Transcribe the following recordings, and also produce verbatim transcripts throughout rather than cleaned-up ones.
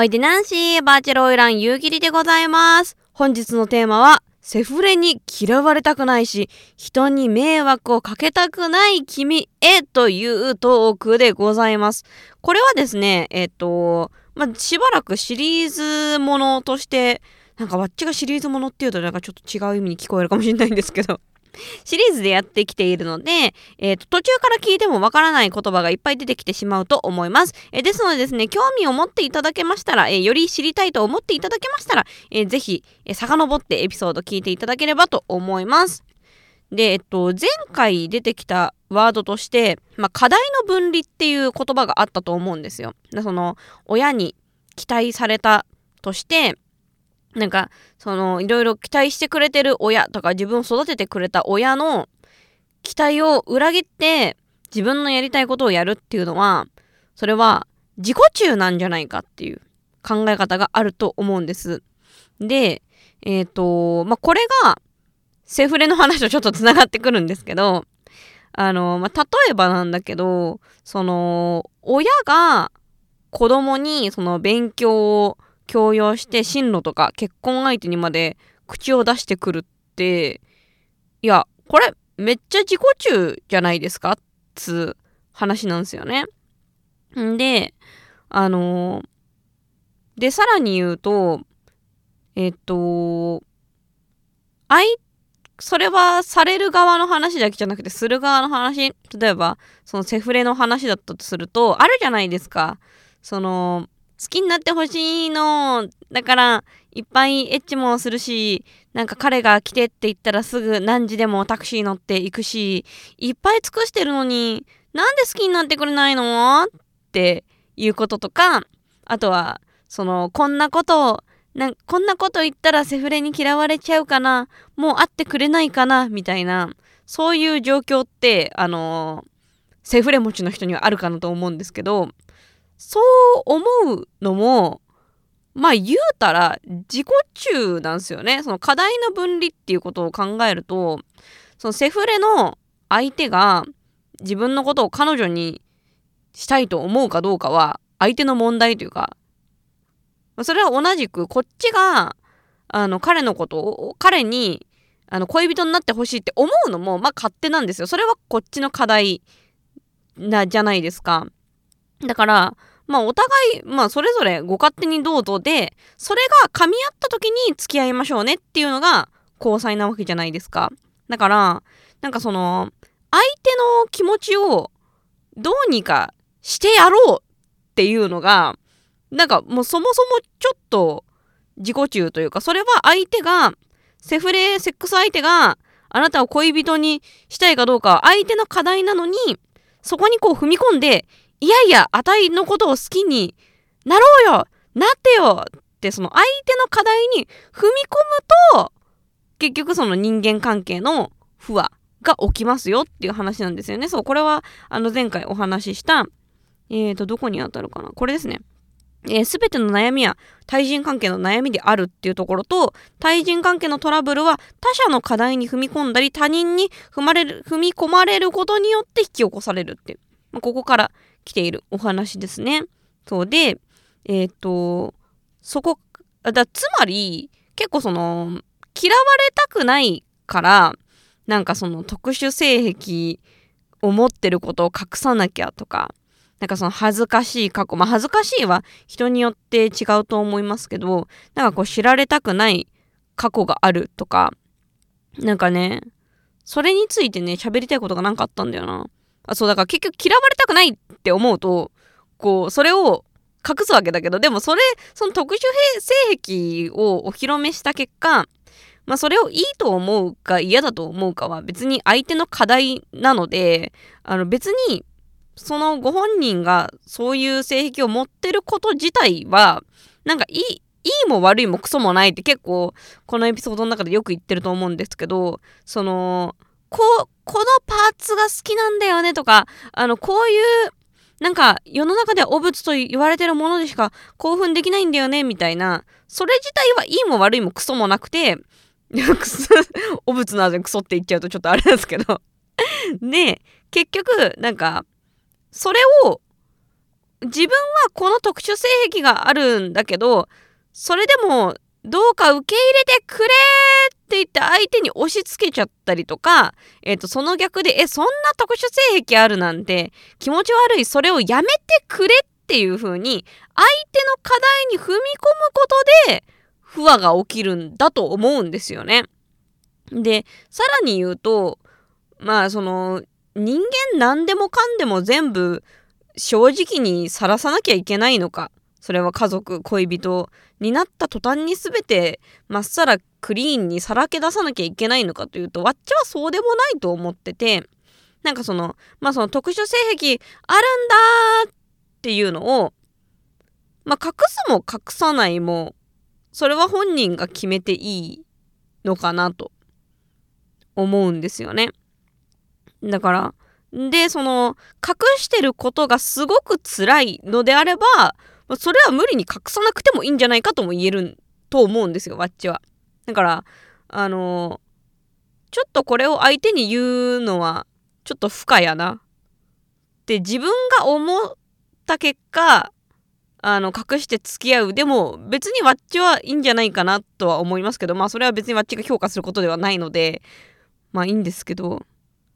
おいでナンシー、バーチャルオイラン夕霧でございます。本日のテーマは、セフレに嫌われたくないし、人に迷惑をかけたくない君へというトークでございます。これはですね、えっと、まあ、しばらくシリーズものとして、なんかわっちがシリーズものっていうとなんかちょっと違う意味に聞こえるかもしれないんですけど、シリーズでやってきているので、えーと、途中から聞いてもわからない言葉がいっぱい出てきてしまうと思います。えー、ですのでですね、興味を持っていただけましたら、えー、より知りたいと思っていただけましたら、えー、ぜひ、えー、遡ってエピソード聞いていただければと思います。で、えっと、前回出てきたワードとして、まあ、課題の分離っていう言葉があったと思うんですよ。その、親に期待されたとして、なんかそのいろいろ期待してくれてる親とか自分を育ててくれた親の期待を裏切って自分のやりたいことをやるっていうのは、それは自己中なんじゃないかっていう考え方があると思うんです。で、えっと、まあ、これがセフレの話とちょっとつながってくるんですけど、あの、まあ、例えばなんだけど、その親が子供にその勉強を強要して進路とか結婚相手にまで口を出してくるって、いやこれめっちゃ自己中じゃないですかっつ話なんですよね。んであのー、でさらに言うとえっとあいそれはされる側の話だけじゃなくてする側の話、例えばそのセフレの話だったとするとあるじゃないですか。その好きになってほしいのだからいっぱいエッチもするし、なんか彼が来てって言ったらすぐ何時でもタクシー乗って行くし、いっぱい尽くしてるのになんで好きになってくれないのっていうこととか、あとはそのこんなことなんこんなこと言ったらセフレに嫌われちゃうかな、もう会ってくれないかなみたいな、そういう状況ってあのセフレ持ちの人にはあるかなと思うんですけど、そう思うのもまあ言うたら自己中なんですよね。その課題の分離っていうことを考えると、そのセフレの相手が自分のことを彼女にしたいと思うかどうかは相手の問題というか、それは同じくこっちがあの彼のことを彼にあの恋人になってほしいって思うのもまあ勝手なんですよ。それはこっちの課題なじゃないですか。だからまあお互いまあそれぞれご勝手にどうぞで、それが噛み合った時に付き合いましょうねっていうのが交際なわけじゃないですか。だからなんかその相手の気持ちをどうにかしてやろうっていうのがなんかもうそもそもちょっと自己中というか、それは相手がセフレセックス相手があなたを恋人にしたいかどうかは相手の課題なのに、そこにこう踏み込んでいやいやあたいのことを好きになろうよなってよってその相手の課題に踏み込むと結局その人間関係の不和が起きますよっていう話なんですよね。そう、これはあの前回お話ししたえーとどこに当たるかな、これですね。えー、全ての悩みは対人関係の悩みであるっていうところと、対人関係のトラブルは他者の課題に踏み込んだり他人に踏まれる踏み込まれることによって引き起こされるっていう、まあ、ここから来ているお話ですね。そうでえっ、ー、とそこだつまり結構その嫌われたくないからなんかその特殊性癖を持ってることを隠さなきゃとか、なんかその恥ずかしい過去、まあ恥ずかしいは人によって違うと思いますけど、なんかこう知られたくない過去があるとか、なんかねそれについてね喋りたいことがなんかあったんだよな。あ、そうだから結局嫌われたくないって思うとこうそれを隠すわけだけど、でもそれその特殊性癖をお披露目した結果、まあそれをいいと思うか嫌だと思うかは別に相手の課題なので、あの別にそのご本人がそういう性癖を持ってること自体はなんかいいいいも悪いもクソもないって結構このエピソードの中でよく言ってると思うんですけど、そのこうこのパーツが好きなんだよねとか、あのこういうなんか世の中では汚物と言われてるものでしか興奮できないんだよねみたいな、それ自体はいいも悪いもクソもなくて汚物なのでクソって言っちゃうとちょっとあれですけどで結局なんかそれを自分はこの特殊性癖があるんだけど、それでもどうか受け入れてくれって言って相手に押し付けちゃったりとか、えっと、その逆で、え、そんな特殊性癖あるなんて気持ち悪い、それをやめてくれっていう風に相手の課題に踏み込むことで不和が起きるんだと思うんですよね。で、さらに言うと、まあその人間何でもかんでも全部正直にさらさなきゃいけないのか、それは家族恋人になった途端に全てまっさらクリーンにさらけ出さなきゃいけないのかというと、わっちはそうでもないと思ってて、なんかそのまあその特殊性癖あるんだっていうのをまあ隠すも隠さないも、それは本人が決めていいのかなと思うんですよね。だからでその隠してることがすごく辛いのであれば、それは無理に隠さなくてもいいんじゃないかとも言えると思うんですよ、わっちは。だからあのちょっとこれを相手に言うのはちょっと不可やなって自分が思った結果、あの隠して付き合うでも別にわっちはいいんじゃないかなとは思いますけど、まあそれは別にわっちが評価することではないのでまあいいんですけど、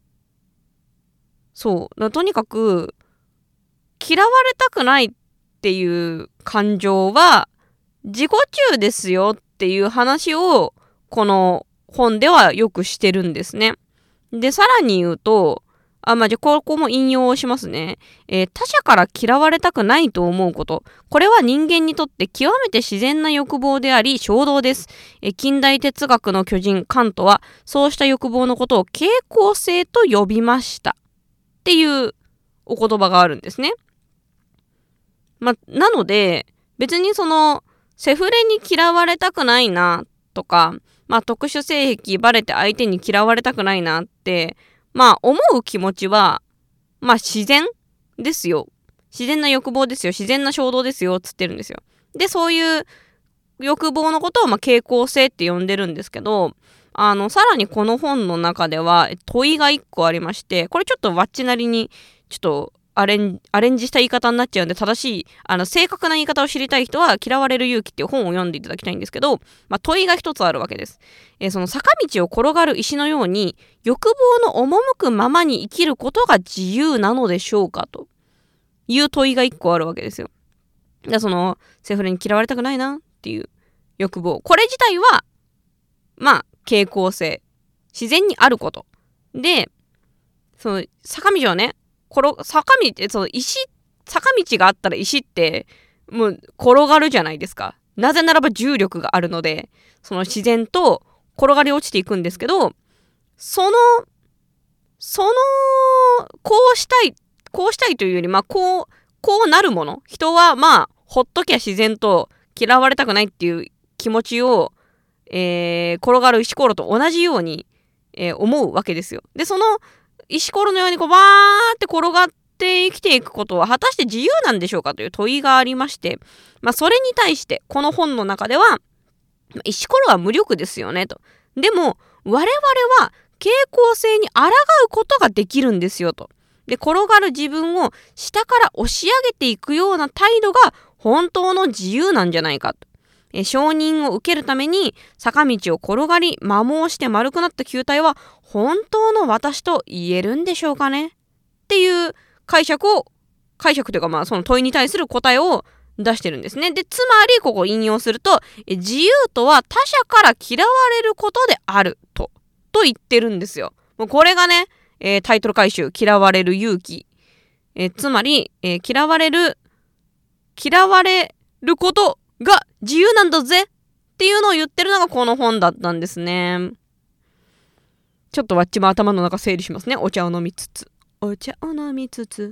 そうとにかく嫌われたくないっていう感情は自己中ですよっていう話をこの本ではよくしてるんですね。でさらに言うと、あまあじゃあここも引用しますね。えー、他者から嫌われたくないと思うこと、これは人間にとって極めて自然な欲望であり衝動です。えー、近代哲学の巨人カントはそうした欲望のことを傾向性と呼びましたっていうお言葉があるんですね。まあ、なので別にそのセフレに嫌われたくないなとか、まあ、特殊性癖バレて相手に嫌われたくないなってまあ思う気持ちはまあ自然ですよ。自然な欲望ですよ。自然な衝動ですよつってるんですよ。でそういう欲望のことをまあ傾向性って呼んでるんですけど、あのさらにこの本の中では問いが一個ありまして、これちょっとわっちなりにちょっとアレン、アレンジした言い方になっちゃうんで、正しいあの正確な言い方を知りたい人は嫌われる勇気っていう本を読んでいただきたいんですけど、まあ、問いが一つあるわけです。えー、その坂道を転がる石のように欲望の赴くままに生きることが自由なのでしょうかという問いが一個あるわけですよ。でそのセフレに嫌われたくないなっていう欲望、これ自体はまあ傾向性、自然にあることで、その坂道をね転坂道ってその石坂道があったら石ってもう転がるじゃないですか。なぜならば重力があるので、その自然と転がり落ちていくんですけど、そのそのこうしたいこうしたいというよりまあこうこうなるもの、人はまあほっときゃ自然と嫌われたくないっていう気持ちを、えー、転がる石ころと同じように、えー、思うわけですよ。でその石ころのようにこうバーって転がって生きていくことは果たして自由なんでしょうかという問いがありまして、まあ、それに対してこの本の中では石ころは無力ですよねと。でも我々は傾向性に抗うことができるんですよと。で転がる自分を下から押し上げていくような態度が本当の自由なんじゃないかと。え承認を受けるために坂道を転がり摩耗して丸くなった球体は本当の私と言えるんでしょうかねっていう解釈を解釈というかまあその問いに対する答えを出してるんですね。でつまりここ引用すると、え自由とは他者から嫌われることであるとと言ってるんですよ。もうこれがね、えー、タイトル回収嫌われる勇気、えー、つまり、えー、嫌われる嫌われることが自由なんだぜっていうのを言ってるのがこの本だったんですね。ちょっとわっちも頭の中整理しますね。お茶を飲みつつお茶を飲みつつ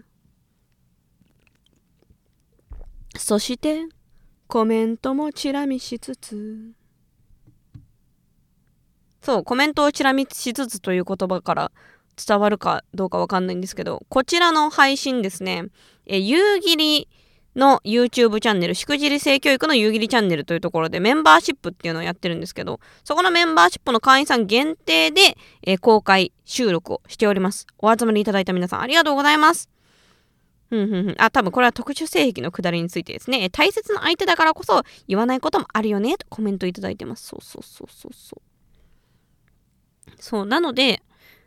そしてコメントもチラ見しつつ、そうコメントをチラ見しつつという言葉から伝わるかどうかわかんないんですけど、こちらの配信ですね、え夕霧の YouTube チャンネル、しくじり性教育の夕霧チャンネルというところでメンバーシップっていうのをやってるんですけど、そこのメンバーシップの会員さん限定で、えー、公開収録をしております。お集まりいただいた皆さんありがとうございます。 ふんふんふん。あ、多分これは特殊性癖のくだりについてですね。大切な相手だからこそ言わないこともあるよねとコメントいただいてます。そうそうそうそうそう。そう、なので、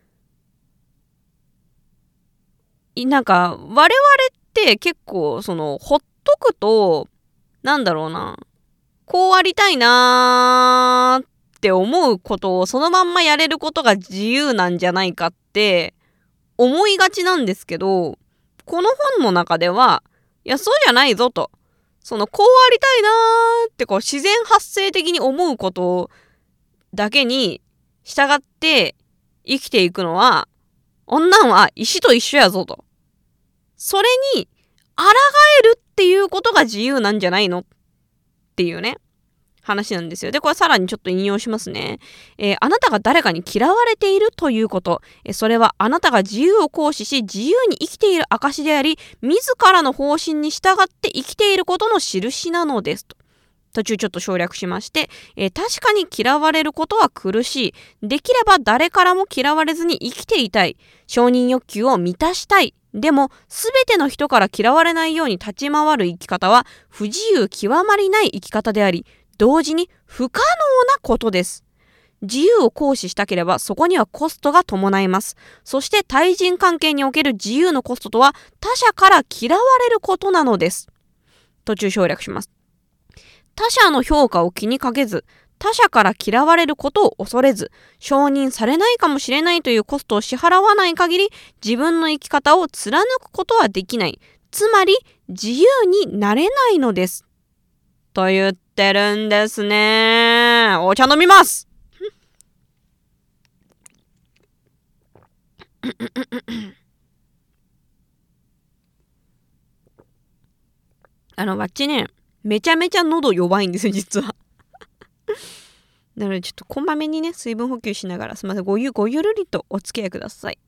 なんか我々って結構そのほっとくと、なんだろうな、こうありたいなーって思うことをそのまんまやれることが自由なんじゃないかって思いがちなんですけど、この本の中では、いや、そうじゃないぞと。その、こうありたいなーってこう自然発生的に思うことだけに従って生きていくのは、女は石と一緒やぞと。それに、抗えるっていうことが自由なんじゃないのっていうね、話なんですよ。で、これさらにちょっと引用しますね。えー、あなたが誰かに嫌われているということ、えー、それはあなたが自由を行使し、自由に生きている証であり、自らの方針に従って生きていることの印なのですと。途中ちょっと省略しまして、えー、確かに嫌われることは苦しい。できれば誰からも嫌われずに生きていたい。承認欲求を満たしたい。でも、すべての人から嫌われないように立ち回る生き方は、不自由極まりない生き方であり、同時に不可能なことです。自由を行使したければそこにはコストが伴います。そして対人関係における自由のコストとは他者から嫌われることなのです。途中省略します。他者の評価を気にかけず、他者から嫌われることを恐れず、承認されないかもしれないというコストを支払わない限り、自分の生き方を貫くことはできない。つまり、自由になれないのです。と言ってるんですね。お茶飲みますあの、わっちね、めちゃめちゃ喉弱いんですよ、実は。なので、ちょっとこまめにね、水分補給しながら、すみません、ごゆ、ごゆるりとお付き合いください。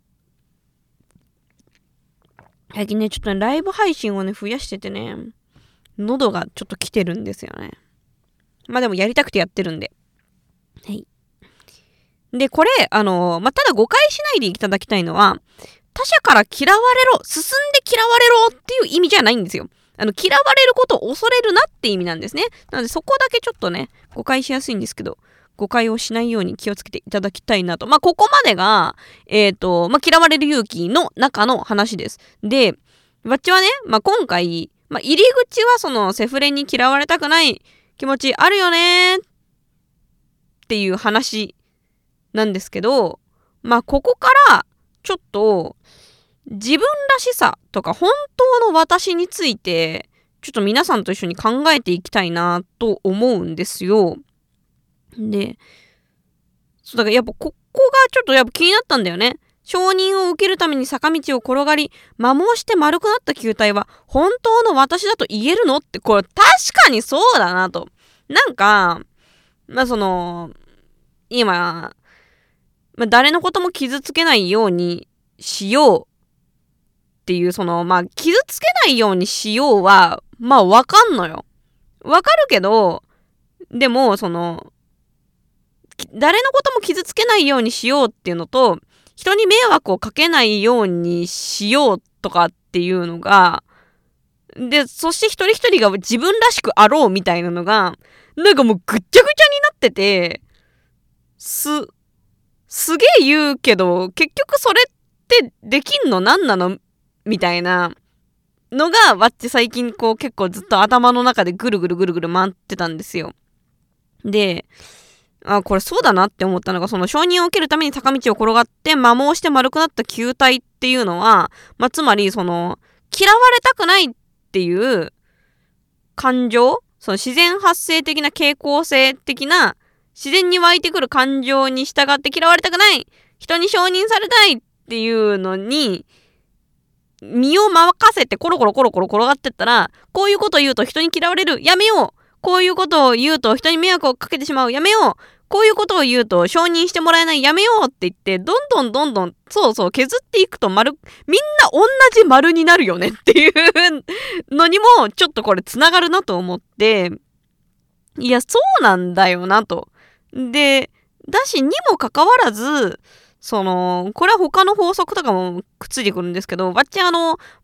最近ね、ちょっと、ね、ライブ配信をね、増やしててね、喉がちょっと来てるんですよね。まあでもやりたくてやってるんで。はい。で、これ、あの、まあ、ただ誤解しないでいただきたいのは、他者から嫌われろ、進んで嫌われろっていう意味じゃないんですよ。あの、嫌われることを恐れるなって意味なんですね。なのでそこだけちょっとね、誤解しやすいんですけど、誤解をしないように気をつけていただきたいなと。まあ、ここまでが、えっと、まあ、嫌われる勇気の中の話です。で、わっちはね、まあ、今回、まあ、入り口はそのセフレに嫌われたくない気持ちあるよねっていう話なんですけど、まあ、ここからちょっと自分らしさとか本当の私についてちょっと皆さんと一緒に考えていきたいなと思うんですよ。で、そうだからやっぱここがちょっとやっぱ気になったんだよね。承認を受けるために坂道を転がり、摩耗して丸くなった球体は本当の私だと言えるのって、これ確かにそうだなと。なんか、まあその、今、まあ、誰のことも傷つけないようにしようっていう、その、まあ傷つけないようにしようは、まあわかんのよ。わかるけど、でも、その、誰のことも傷つけないようにしようっていうのと、人に迷惑をかけないようにしようとかっていうのが、で、そして一人一人が自分らしくあろうみたいなのが、なんかもうぐっちゃぐちゃになってて、す、すげえ言うけど、結局それってできんのなんなのみたいなのが、わっち最近こう結構ずっと頭の中でぐるぐるぐるぐる回ってたんですよ。で、あ、これそうだなって思ったのが、その承認を受けるために坂道を転がって摩耗して丸くなった球体っていうのは、まあ、つまりその嫌われたくないっていう感情、その自然発生的な傾向性的な自然に湧いてくる感情に従って嫌われたくない、人に承認されたいっていうのに身を任せてコロコロコロコロ転がってったら、こういうことを言うと人に嫌われる、やめよう、こういうことを言うと人に迷惑をかけてしまう、やめよう、こういうことを言うと承認してもらえない、やめようって言って、どんどんどんどん、そうそう削っていくと丸、みんな同じ丸になるよねっていうのにもちょっとこれつながるなと思って、いやそうなんだよなと。で、だしにもかかわらず、その、これは他の法則とかもくっついてくるんですけど、わっちあの、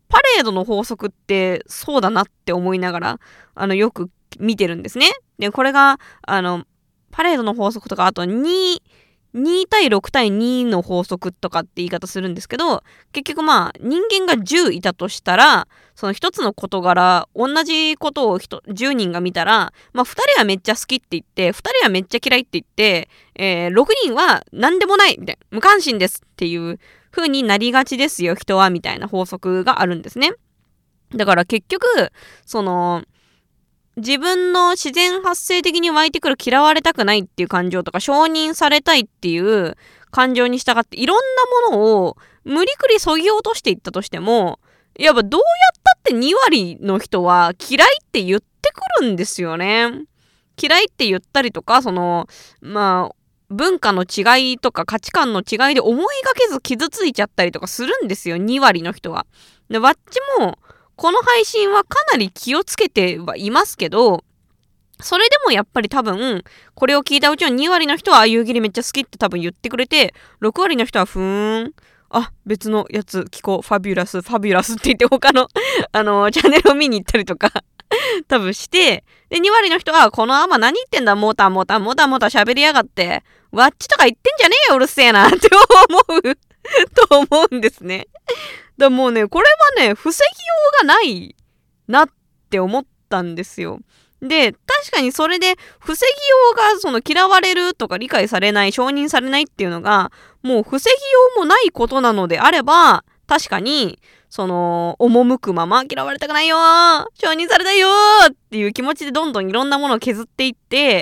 パレードの法則ってそうだなって思いながら、あの、よく見てるんですね。で、これが、あの、パレードの法則とか、あとに、に対ろく対にの法則とかって言い方するんですけど、結局まあ、人間がじゅういたとしたら、その一つの事柄、同じことをじゅうにんが見たら、まあふたりはめっちゃ好きって言って、ふたりはめっちゃ嫌いって言って、えー、ろくにんは何でもないみたいな、無関心ですっていう風になりがちですよ、人は、みたいな法則があるんですね。だから結局、その、自分の自然発生的に湧いてくる嫌われたくないっていう感情とか承認されたいっていう感情に従っていろんなものを無理くり削ぎ落としていったとしても、やっぱどうやったってに割の人は嫌いって言ってくるんですよね。嫌いって言ったりとか、その、まあ、文化の違いとか価値観の違いで思いがけず傷ついちゃったりとかするんですよ、に割の人は。で、わっちも、この配信はかなり気をつけてはいますけど、それでもやっぱり多分、これを聞いたうちのに割の人は夕霧めっちゃ好きって多分言ってくれて、ろく割の人はふーん、あ、別のやつ聞こう、ファビュラス、ファビュラスって言って他の、あの、チャンネルを見に行ったりとか、多分して、で、に割の人は、このアマ何言ってんだ、モーターモーター、モーターモーター喋りやがって、ワッチとか言ってんじゃねえよ、うるせえな、って思う、と思うんですね。だもうね、これはね、防ぎようがないなって思ったんですよ。で、確かにそれで防ぎようがその嫌われるとか理解されない、承認されないっていうのがもう防ぎようもないことなのであれば、確かにその赴くまま嫌われたくないよー、承認されたいよーっていう気持ちでどんどんいろんなものを削っていって、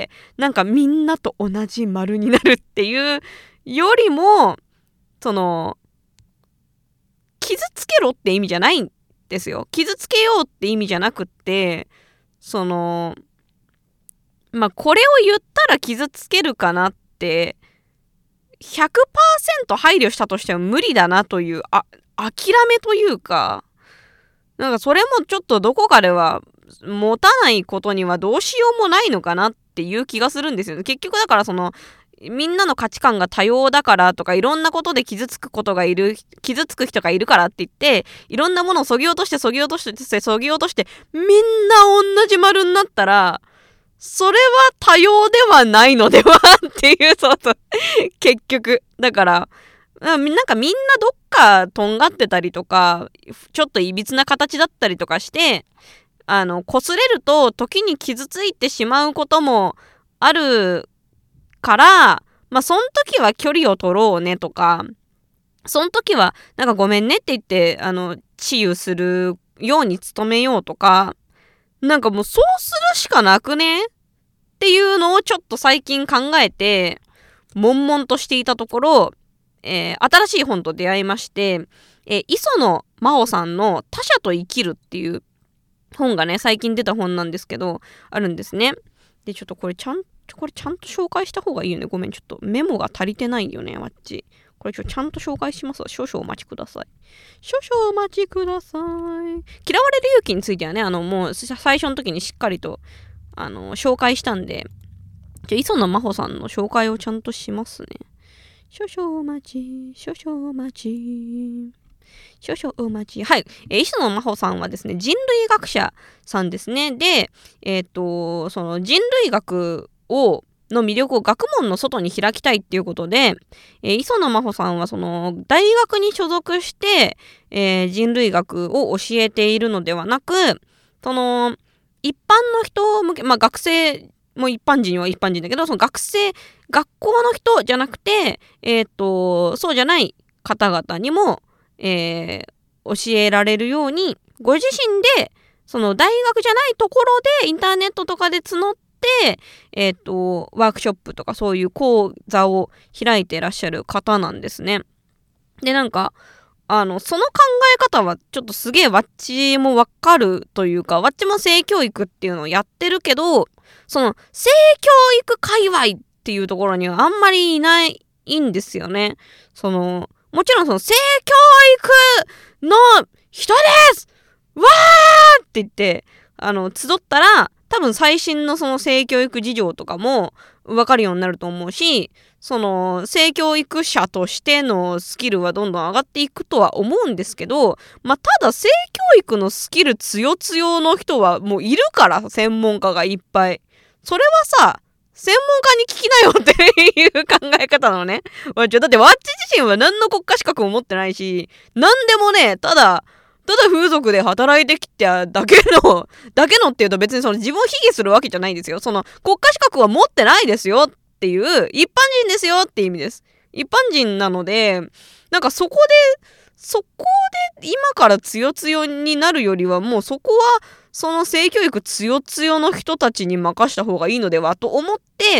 なんかみんなと同じ丸になるっていうよりも、その傷つけろって意味じゃないんですよ。傷つけようって意味じゃなくって、その、まあ、これを言ったら傷つけるかなって、ひゃくパーセント 配慮したとしても無理だなという、あ、諦めというか、なんかそれもちょっとどこかでは持たないことにはどうしようもないのかなっていう気がするんですよね。結局だからその、みんなの価値観が多様だからとかいろんなことで傷つくことがいる傷つく人がいるからって言っていろんなものを削ぎ落として削ぎ落として削ぎ落としてみんな同じ丸になったらそれは多様ではないのではっていうそうそう結局だからなんかみんなどっかとんがってたりとかちょっといびつな形だったりとかしてあの擦れると時に傷ついてしまうこともあるから、まあ、その時は距離を取ろうねとか、その時は、なんかごめんねって言って、あの、治癒するように努めようとか、なんかもうそうするしかなくねっていうのをちょっと最近考えて、悶々としていたところ、えー、新しい本と出会いまして、えー、磯野真央さんの他者と生きるっていう本がね、最近出た本なんですけど、あるんですね。で、ちょっとこれちゃんこれちゃんと紹介した方がいいよね。ごめん、ちょっとメモが足りてないよね、わっち。これちょちゃんと紹介しますわ。少々お待ちください。少々お待ちください。嫌われる勇気についてはね、あの、もう最初の時にしっかりと、あの、紹介したんで、じゃあ、磯野真帆さんの紹介をちゃんとしますね。少々お待ち、少々お待ち。少々お待ち。はい。えー、磯野真帆さんはですね、人類学者さんですね。で、えっと、その人類学をの魅力を学問の外に開きたいっていうことで、えー、磯野真帆さんはその大学に所属して、えー、人類学を教えているのではなく、その一般の人向け、まあ学生も一般人は一般人だけど、その学生、学校の人じゃなくて、えっと、そうじゃない方々にも、えー、教えられるように、ご自身でその大学じゃないところでインターネットとかで募って、えっと、ワークショップとかそういう講座を開いていらっしゃる方なんですね。で、なんか、あの、その考え方はちょっとすげえわっちもわかるというか、わっちも性教育っていうのをやってるけど、その性教育界隈っていうところにはあんまりいないんですよね。その、もちろんその性教育の人ですわーって言って、あの、集ったら多分最新のその性教育事情とかも分かるようになると思うし、その性教育者としてのスキルはどんどん上がっていくとは思うんですけど、まあただ性教育のスキル強強の人はもういるから、専門家がいっぱい。それはさ、専門家に聞きなよっていう考え方なのね。だってワッチ自身は何の国家資格も持ってないし、何でもね、ただただ風俗で働いてきただけのだけのっていうと別にその自分を卑下するわけじゃないんですよ。その国家資格は持ってないですよっていう一般人ですよって意味です。一般人なので、なんかそこでそこで今から強強になるよりは、もうそこはその性教育強強の人たちに任した方がいいのではと思って、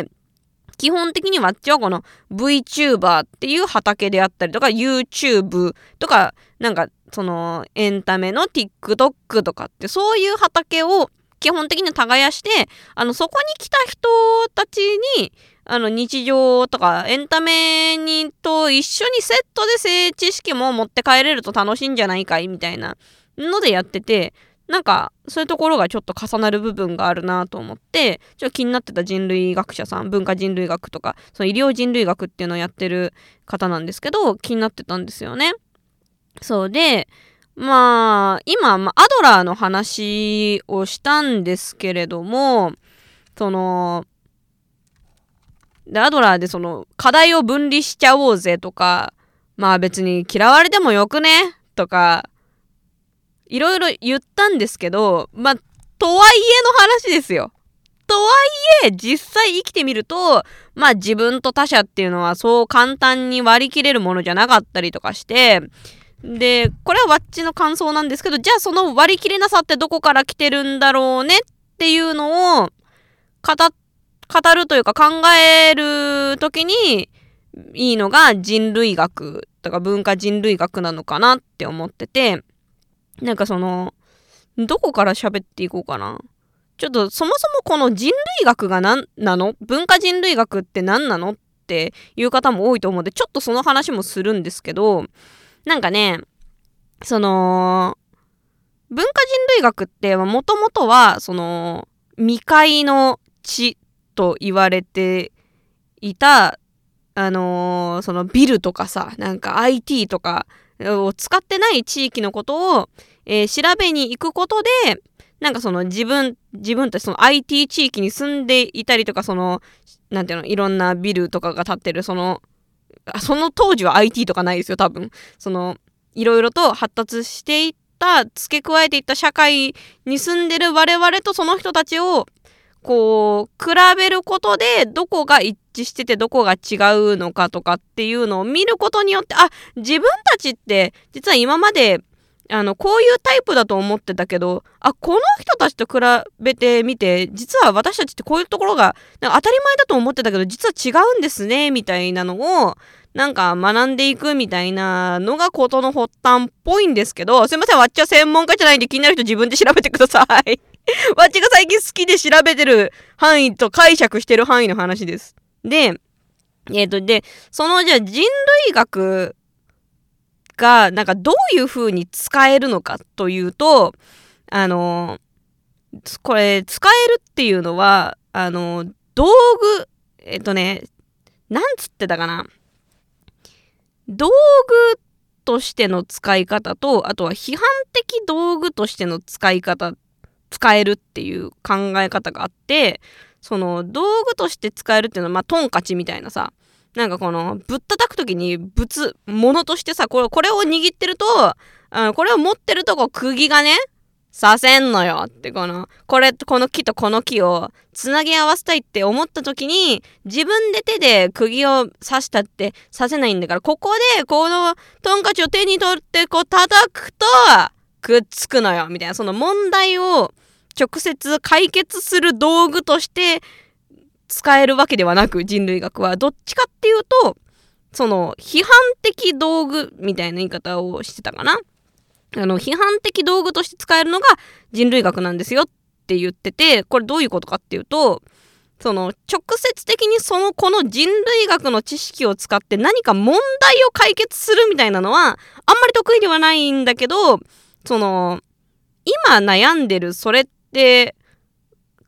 基本的にわっちはこの VTuber っていう畑であったりとか YouTube とか、なんかそのエンタメの TikTok とかってそういう畑を基本的に耕して、あのそこに来た人たちにあの日常とかエンタメにと一緒にセットで性知識も持って帰れると楽しいんじゃないかいみたいなのでやってて、なんかそういうところがちょっと重なる部分があるなと思って、ちょっと気になってた人類学者さん、文化人類学とかその医療人類学っていうのをやってる方なんですけど、気になってたんですよね。そうで、まあ今、まあ、アドラーの話をしたんですけれども、そのでアドラーでその課題を分離しちゃおうぜとか、まあ別に嫌われてもよくねとかいろいろ言ったんですけど、まあとはいえの話ですよ。とはいえ実際生きてみると、まあ自分と他者っていうのはそう簡単に割り切れるものじゃなかったりとかして、でこれはワッチの感想なんですけど、じゃあその割り切れなさってどこから来てるんだろうねっていうのを語語るというか考えるときにいいのが人類学とか文化人類学なのかなって思ってて、なんかそのどこから喋っていこうかな。ちょっとそもそもこの人類学が何なの、文化人類学って何なのっていう方も多いと思うんで、ちょっとその話もするんですけど、なんかね、その文化人類学ってもともとはその未開の地と言われていた、あのー、そのビルとかさ、なんか アイティー とかを使ってない地域のことを、えー、調べに行くことで、なんかその自分自分たちその アイティー 地域に住んでいたりとか、そのなんていうの、いろんなビルとかが建ってる、そのその当時は アイティー とかないですよ多分。そのいろいろと発達していった付け加えていった社会に住んでる我々とその人たちをこう比べることで、どこが一致しててどこが違うのかとかっていうのを見ることによって、あ、自分たちって実は今まであのこういうタイプだと思ってたけど、あ、この人たちと比べてみて実は私たちってこういうところがなんか当たり前だと思ってたけど実は違うんですねみたいなのをなんか学んでいくみたいなのがことの発端っぽいんですけど、すいません、わっちは専門家じゃないんで気になる人自分で調べてくださいわっちが最近好きで調べてる範囲と解釈してる範囲の話です。で、えっと、で、そのじゃあ人類学がなんかどういう風に使えるのかというと、あのこれ使えるっていうのはあの道具えっとねなんつってたかな、道具としての使い方と、あとは批判的道具としての使い方、使えるっていう考え方があって、その道具として使えるっていうのはまあトンカチみたいなさ、なんかこのぶったたくときに物物としてさ、これこれを握ってると、あのこれを持ってるとこう釘がね刺せんのよって、このこれこの木とこの木をつなぎ合わせたいって思った時に自分で手で釘を刺したって刺せないんだから、ここでこのトンカチを手に取ってこう叩くとくっつくのよみたいな、その問題を直接解決する道具として使えるわけではなく、人類学はどっちかっていうとその批判的道具みたいな言い方をしてたかな。あの批判的道具として使えるのが人類学なんですよって言ってて、これどういうことかっていうと、その直接的にそのこの人類学の知識を使って何か問題を解決するみたいなのはあんまり得意ではないんだけど、その今悩んでるそれって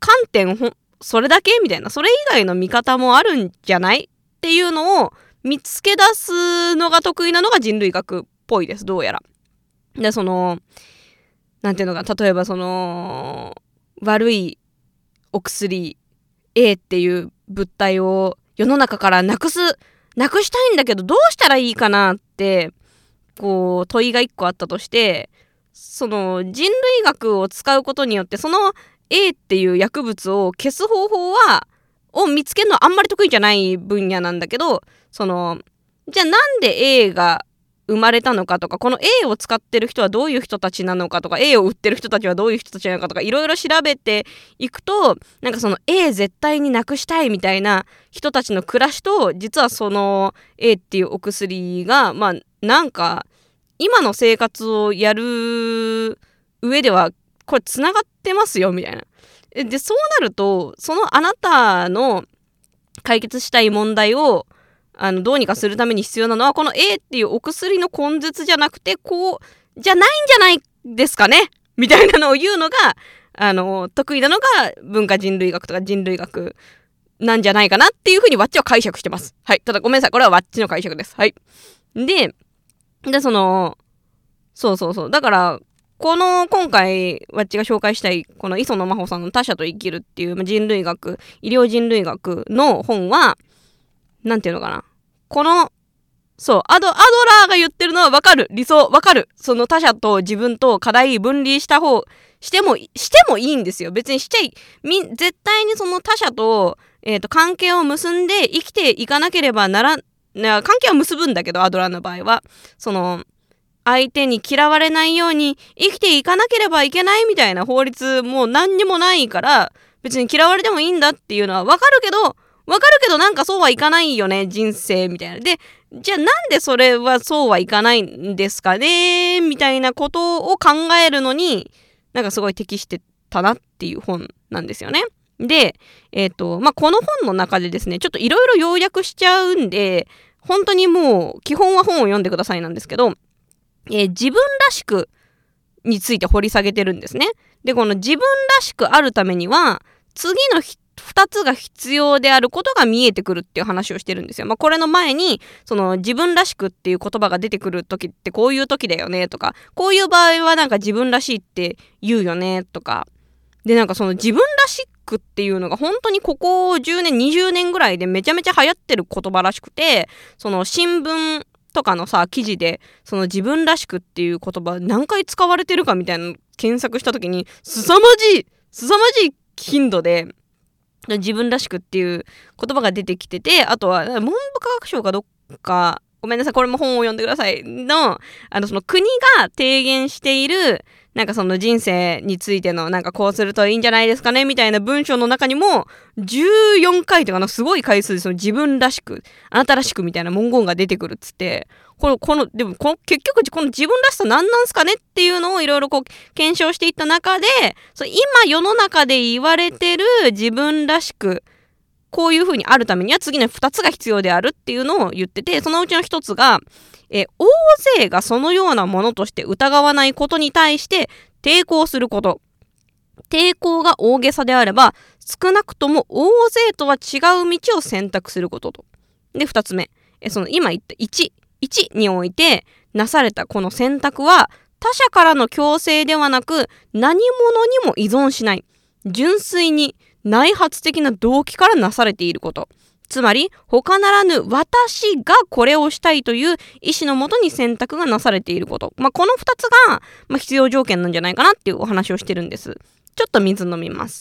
観点ほそれだけみたいな、それ以外の見方もあるんじゃないっていうのを見つけ出すのが得意なのが人類学っぽいです、どうやら。で、そのなんていうのか、例えばその悪いお薬 A っていう物体を世の中からなくすなくしたいんだけどどうしたらいいかなってこう問いが一個あったとして、その人類学を使うことによってその A っていう薬物を消す方法はを見つけるのはあんまり得意じゃない分野なんだけど、そのじゃあなんで A が生まれたのかとか、この A を使ってる人はどういう人たちなのかとか、 A を売ってる人たちはどういう人たちなのかとか、いろいろ調べていくと、なんかその A 絶対になくしたいみたいな人たちの暮らしと、実はその A っていうお薬がまあなんか今の生活をやる上ではこれつながってますよみたいな。でそうなると、そのあなたの解決したい問題をあのどうにかするために必要なのはこの A っていうお薬の根絶じゃなくて、こうじゃないんじゃないですかねみたいなのを言うのがあの得意なのが文化人類学とか人類学なんじゃないかなっていうふうにわっちは解釈してます。はい。ただごめんなさい、これはわっちの解釈です。はい。ででそのそうそうそうだからこの今回わっちが紹介したいこの磯野真帆さんの他者と生きるっていう人類学医療人類学の本はなんていうのかな、このそうアドアドラーが言ってるのは分かる、理想分かる、その他者と自分と課題分離した方してもしてもいいんですよ。別にしちゃいみ絶対にその他者と、えーと関係を結んで生きていかなければならな関係を結ぶんだけど、アドラーの場合はその相手に嫌われないように生きていかなければいけないみたいな法律もう何にもないから、別に嫌われてもいいんだっていうのは分かるけどわかるけどなんかそうはいかないよね人生みたいな。でじゃあなんでそれはそうはいかないんですかねみたいなことを考えるのになんかすごい適してたなっていう本なんですよね。でえっとまあこの本の中でですね、ちょっといろいろ要約しちゃうんで本当にもう基本は本を読んでくださいなんですけど、えー、自分らしくについて掘り下げてるんですね。でこの自分らしくあるためには次のふたつが必要であることが見えてくるっていう話をしてるんですよ。まあ、これの前にその自分らしくっていう言葉が出てくる時ってこういう時だよねとか、こういう場合はなんか自分らしいって言うよねとかで、なんかその自分らしくっていうのが本当にここじゅうねんにじゅうねんぐらいでめちゃめちゃ流行ってる言葉らしくて、その新聞とかのさ記事でその自分らしくっていう言葉何回使われてるかみたいなの検索した時に凄まじい凄まじい頻度で自分らしくっていう言葉が出てきてて、あとは文部科学省かどっかごめんなさいこれも本を読んでくださいのあのその国が提言しているなんかその人生についてのなんかこうするといいんじゃないですかねみたいな文章の中にもじゅうよんかいとかのすごい回数でその自分らしくあなたらしくみたいな文言が出てくるっつって、このこのでもこの結局この自分らしさ何なんすかねっていうのをいろいろこう検証していった中で、そう今世の中で言われてる自分らしくこういう風にあるためには次のふたつが必要であるっていうのを言ってて、そのうちのひとつがえ大勢がそのようなものとして疑わないことに対して抵抗すること。抵抗が大げさであれば少なくとも大勢とは違う道を選択することと。でふたつめえその今言ったいち、いちにおいてなされたこの選択は他者からの強制ではなく何者にも依存しない純粋に内発的な動機からなされていること。つまり他ならぬ私がこれをしたいという意思のもとに選択がなされていること、まあ、このふたつが、まあ、必要条件なんじゃないかなっていうお話をしてるんです。ちょっと水飲みます。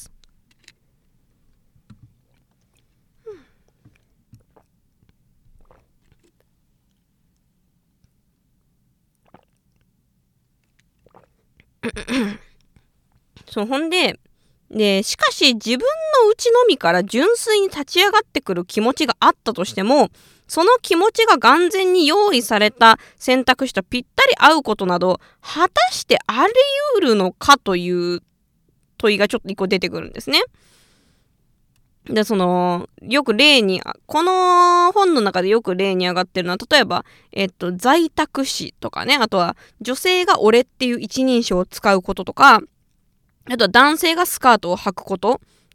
そうほんででしかし自分の内のみから純粋に立ち上がってくる気持ちがあったとしても、その気持ちが眼前に用意された選択肢とぴったり合うことなど果たしてあり得るのかという問いがちょっと一個出てくるんですね。でそのよく例にこの本の中でよく例に上がってるのは例えば、えっと、在宅死とかね、あとは女性が俺っていう一人称を使うこととか、あとは男性がスカートを履くことと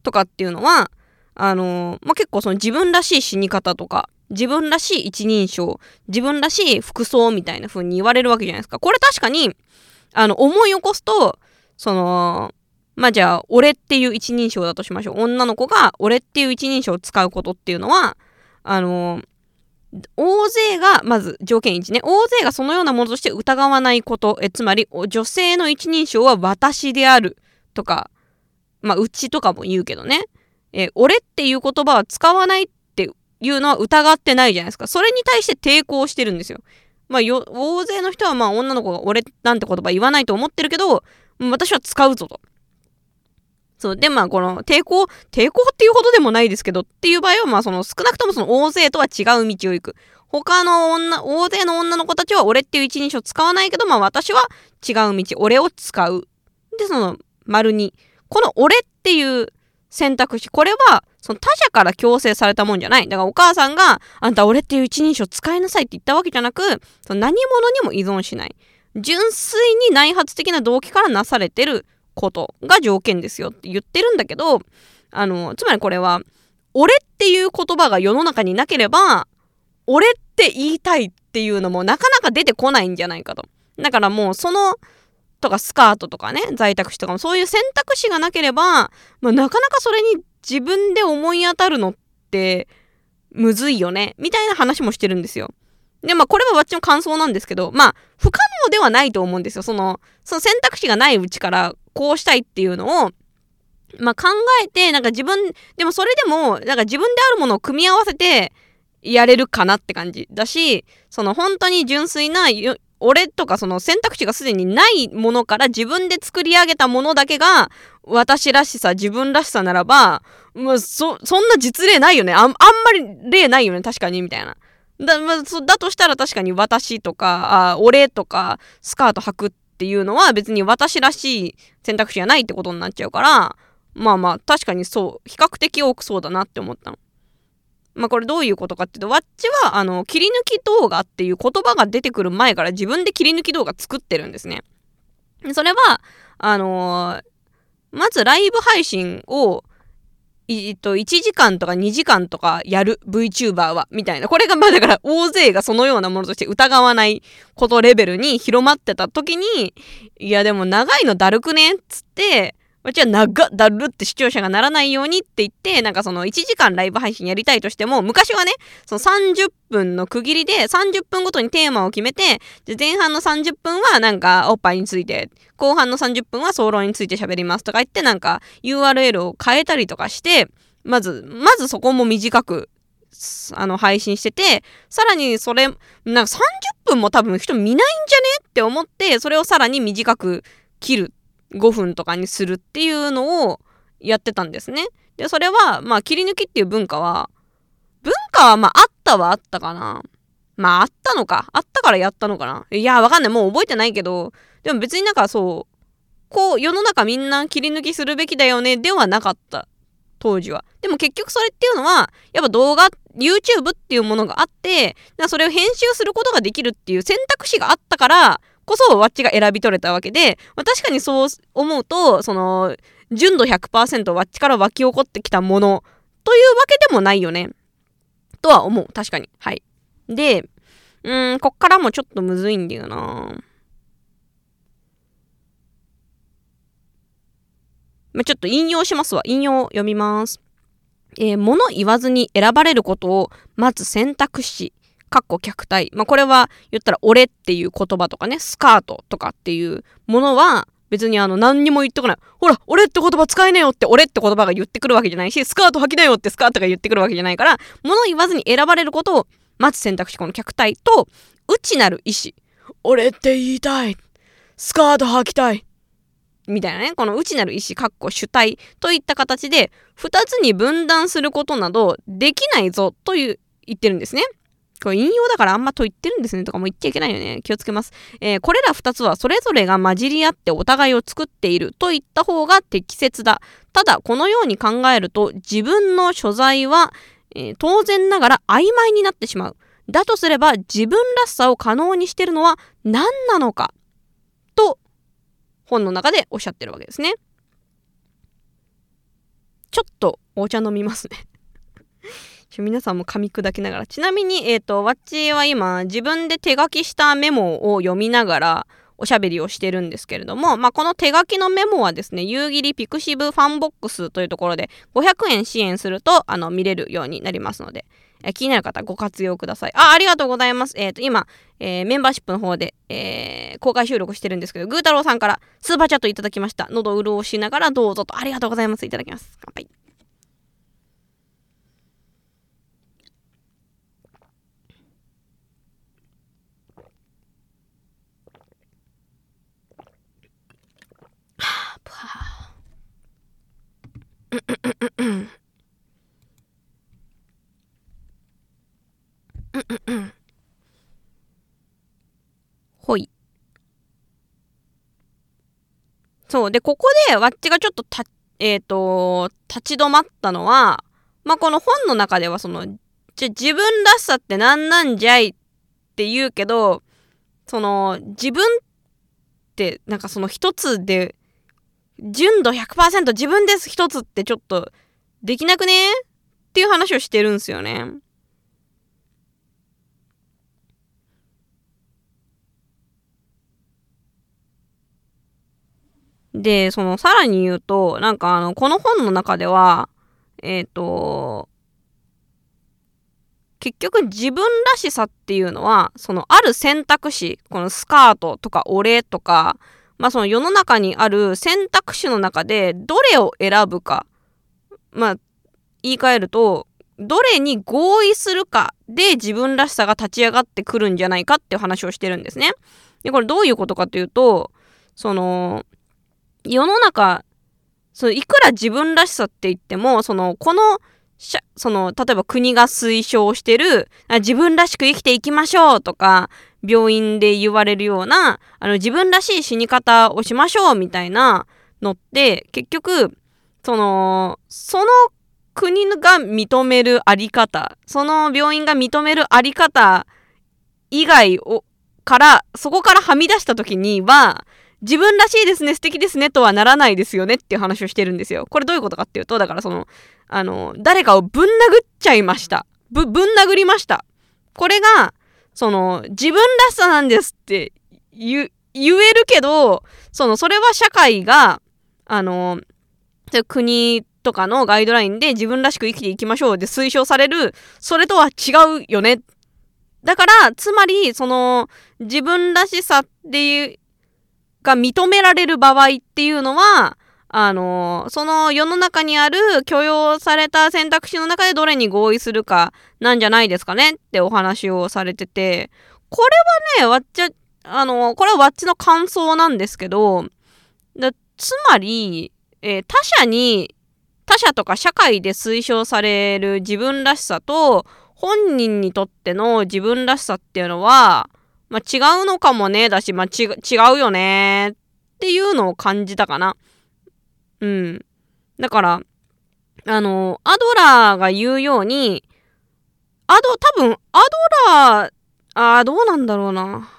とかっていうのは、あのー、まあ、結構その自分らしい死に方とか、自分らしい一人称、自分らしい服装みたいな風に言われるわけじゃないですか。これ確かに、あの、思い起こすと、その、まあ、じゃあ、俺っていう一人称だとしましょう。女の子が俺っていう一人称を使うことっていうのは、あのー、大勢が、まず条件いちね、大勢がそのようなものとして疑わないこと、えつまり女性の一人称は私であるとか、まあうちとかも言うけどね、え俺っていう言葉は使わないっていうのは疑ってないじゃないですか。それに対して抵抗してるんですよ。まあよ大勢の人はまあ女の子が俺なんて言葉言わないと思ってるけど、私は使うぞと。そう。で、まあ、この、抵抗、抵抗っていうほどでもないですけど、っていう場合は、まあ、その、少なくともその、大勢とは違う道を行く。他の女、大勢の女の子たちは、俺っていう一人称使わないけど、まあ、私は違う道、俺を使う。で、その、丸に、この俺っていう選択肢、これは、その他者から強制されたもんじゃない。だから、お母さんが、あんた俺っていう一人称使いなさいって言ったわけじゃなく、その何者にも依存しない。純粋に内発的な動機からなされてることが条件ですよって言ってるんだけど、あのつまりこれは俺っていう言葉が世の中になければ俺って言いたいっていうのもなかなか出てこないんじゃないかと。だからもうそのとかスカートとかね、在宅肢とかもそういう選択肢がなければ、まあ、なかなかそれに自分で思い当たるのってむずいよねみたいな話もしてるんですよ。で、まあ、これはわっちの感想なんですけど、まあ、不可能ではないと思うんですよ。その、その選択肢がないうちから、こうしたいっていうのを、まあ、考えて、なんか自分、でもそれでも、なんか自分であるものを組み合わせて、やれるかなって感じだし、その本当に純粋な、俺とかその選択肢がすでにないものから自分で作り上げたものだけが、私らしさ、自分らしさならば、まあ、そ、そんな実例ないよね。あん、あんまり例ないよね。確かに、みたいな。だ, まあ、そだとしたら確かに私とかあ俺とかスカート履くっていうのは別に私らしい選択肢じゃないってことになっちゃうから、まあまあ確かにそう比較的多くそうだなって思ったの。まあこれどういうことかっていうと、わっちはあの切り抜き動画っていう言葉が出てくる前から自分で切り抜き動画作ってるんですね。それはあのー、まずライブ配信をえっと、いちじかんとかにじかんとかやる VTuber は、みたいな。これがまあだから大勢がそのようなものとして疑わないことレベルに広まってた時に、いやでも長いのだるくねっつって、私は長っだるって視聴者がならないようにって言って、なんかそのいちじかんライブ配信やりたいとしても、昔はね、そのさんじゅっぷんの区切りでさんじゅっぷんごとにテーマを決めて、で前半のさんじゅっぷんはなんかおっぱいについて、後半のさんじゅっぷんは早漏について喋りますとか言ってなんか ユーアールエル を変えたりとかして、まず、まずそこも短く、あの、配信してて、さらにそれ、なんかさんじゅっぷんも多分人見ないんじゃねって思って、それをさらに短く切る。ごふんとかにするっていうのをやってたんですね。で、それは、まあ、切り抜きっていう文化は、文化はまあ、あったはあったかな。まあ、あったのか。あったからやったのかな。いや、わかんない。もう覚えてないけど、でも別になんかそう、こう、世の中みんな切り抜きするべきだよね、ではなかった。当時は。でも結局それっていうのは、やっぱ動画、YouTube っていうものがあって、それを編集することができるっていう選択肢があったから、こそわっちが選び取れたわけで、まあ、確かにそう思うと、その、純度 ひゃくパーセント わっちから湧き起こってきたものというわけでもないよね。とは思う。確かに。はい。で、うーん、こっからもちょっとむずいんだよな。まあ、ちょっと引用しますわ。引用読みます。えー、物言わずに選ばれることを待つ選択肢。かっこ客体。まあ、これは言ったら俺っていう言葉とかね、スカートとかっていうものは別にあの何にも言ってこない。ほら、俺って言葉使えねえよって俺って言葉が言ってくるわけじゃないし、スカート履きなよってスカートが言ってくるわけじゃないから、物言わずに選ばれることを待つ選択肢、この客体と、内なる意志。俺って言いたい。スカート履きたい。みたいなね、この内なる意志、かっこ主体といった形で、二つに分断することなどできないぞという言ってるんですね。これ引用だからあんまと言ってるんですねとかも言っちゃいけないよね。気をつけます。えー、これら二つはそれぞれが混じり合ってお互いを作っていると言った方が適切だ。ただ、このように考えると自分の所在は、えー、当然ながら曖昧になってしまう。だとすれば自分らしさを可能にしているのは何なのかと本の中でおっしゃってるわけですね。 ちょっとお茶飲みますね。ちょ皆さんも噛み砕きながら。ちなみに、えっと、わっちは今、自分で手書きしたメモを読みながら、おしゃべりをしてるんですけれども、まあ、この手書きのメモはですね、夕霧ピクシブファンボックスというところでごひゃくえん支援すると、あの、見れるようになりますので、え気になる方ご活用ください。あ、ありがとうございます。えっと、今、えー、メンバーシップの方で、えー、公開収録してるんですけど、ぐーたろうさんからスーパーチャットいただきました。喉を潤しながらどうぞと、ありがとうございます。いただきます。乾杯。ほい。そうで、ここでわっちがちょっとたえっ、ー、と立ち止まったのは、まあ、この本の中ではそのじゃ自分らしさってなんなんじゃいって言うけど、その自分ってなんかその一つで純度 ひゃくパーセント 自分です一つってちょっとできなくねっていう話をしてるんですよね。で、そのさらに言うと、なんかあのこの本の中ではえっ、ー、と結局自分らしさっていうのはそのある選択肢、このスカートとか俺とか、まあその世の中にある選択肢の中でどれを選ぶか、まあ言い換えるとどれに合意するかで自分らしさが立ち上がってくるんじゃないかっていう話をしてるんですね。でこれどういうことかというと、その世の中、そういくら自分らしさって言っても、そのこのその例えば国が推奨してる自分らしく生きていきましょうとか、病院で言われるようなあの自分らしい死に方をしましょうみたいなのって結局そのその国が認めるあり方、その病院が認めるあり方以外をからそこからはみ出した時には自分らしいですね、素敵ですねとはならないですよねっていう話をしてるんですよ。これどういうことかっていうと、だからそのあの誰かをぶん殴っちゃいました。ぶぶん殴りました。これがその自分らしさなんですって言言えるけど、そのそれは社会があの国とかのガイドラインで自分らしく生きていきましょうで推奨される、それとは違うよね。だからつまりその自分らしさっていうが認められる場合っていうのは、あのその世の中にある許容された選択肢の中でどれに合意するかなんじゃないですかねってお話をされてて、これはねわっちゃあのこれはわっちの感想なんですけど、だつまり、えー、他者に他者とか社会で推奨される自分らしさと本人にとっての自分らしさっていうのはまあ、違うのかもねだし、まあ、ち違うよねっていうのを感じたかな。うん。だから、あの、アドラーが言うように、アド、多分、アドラー、あー、どうなんだろうな。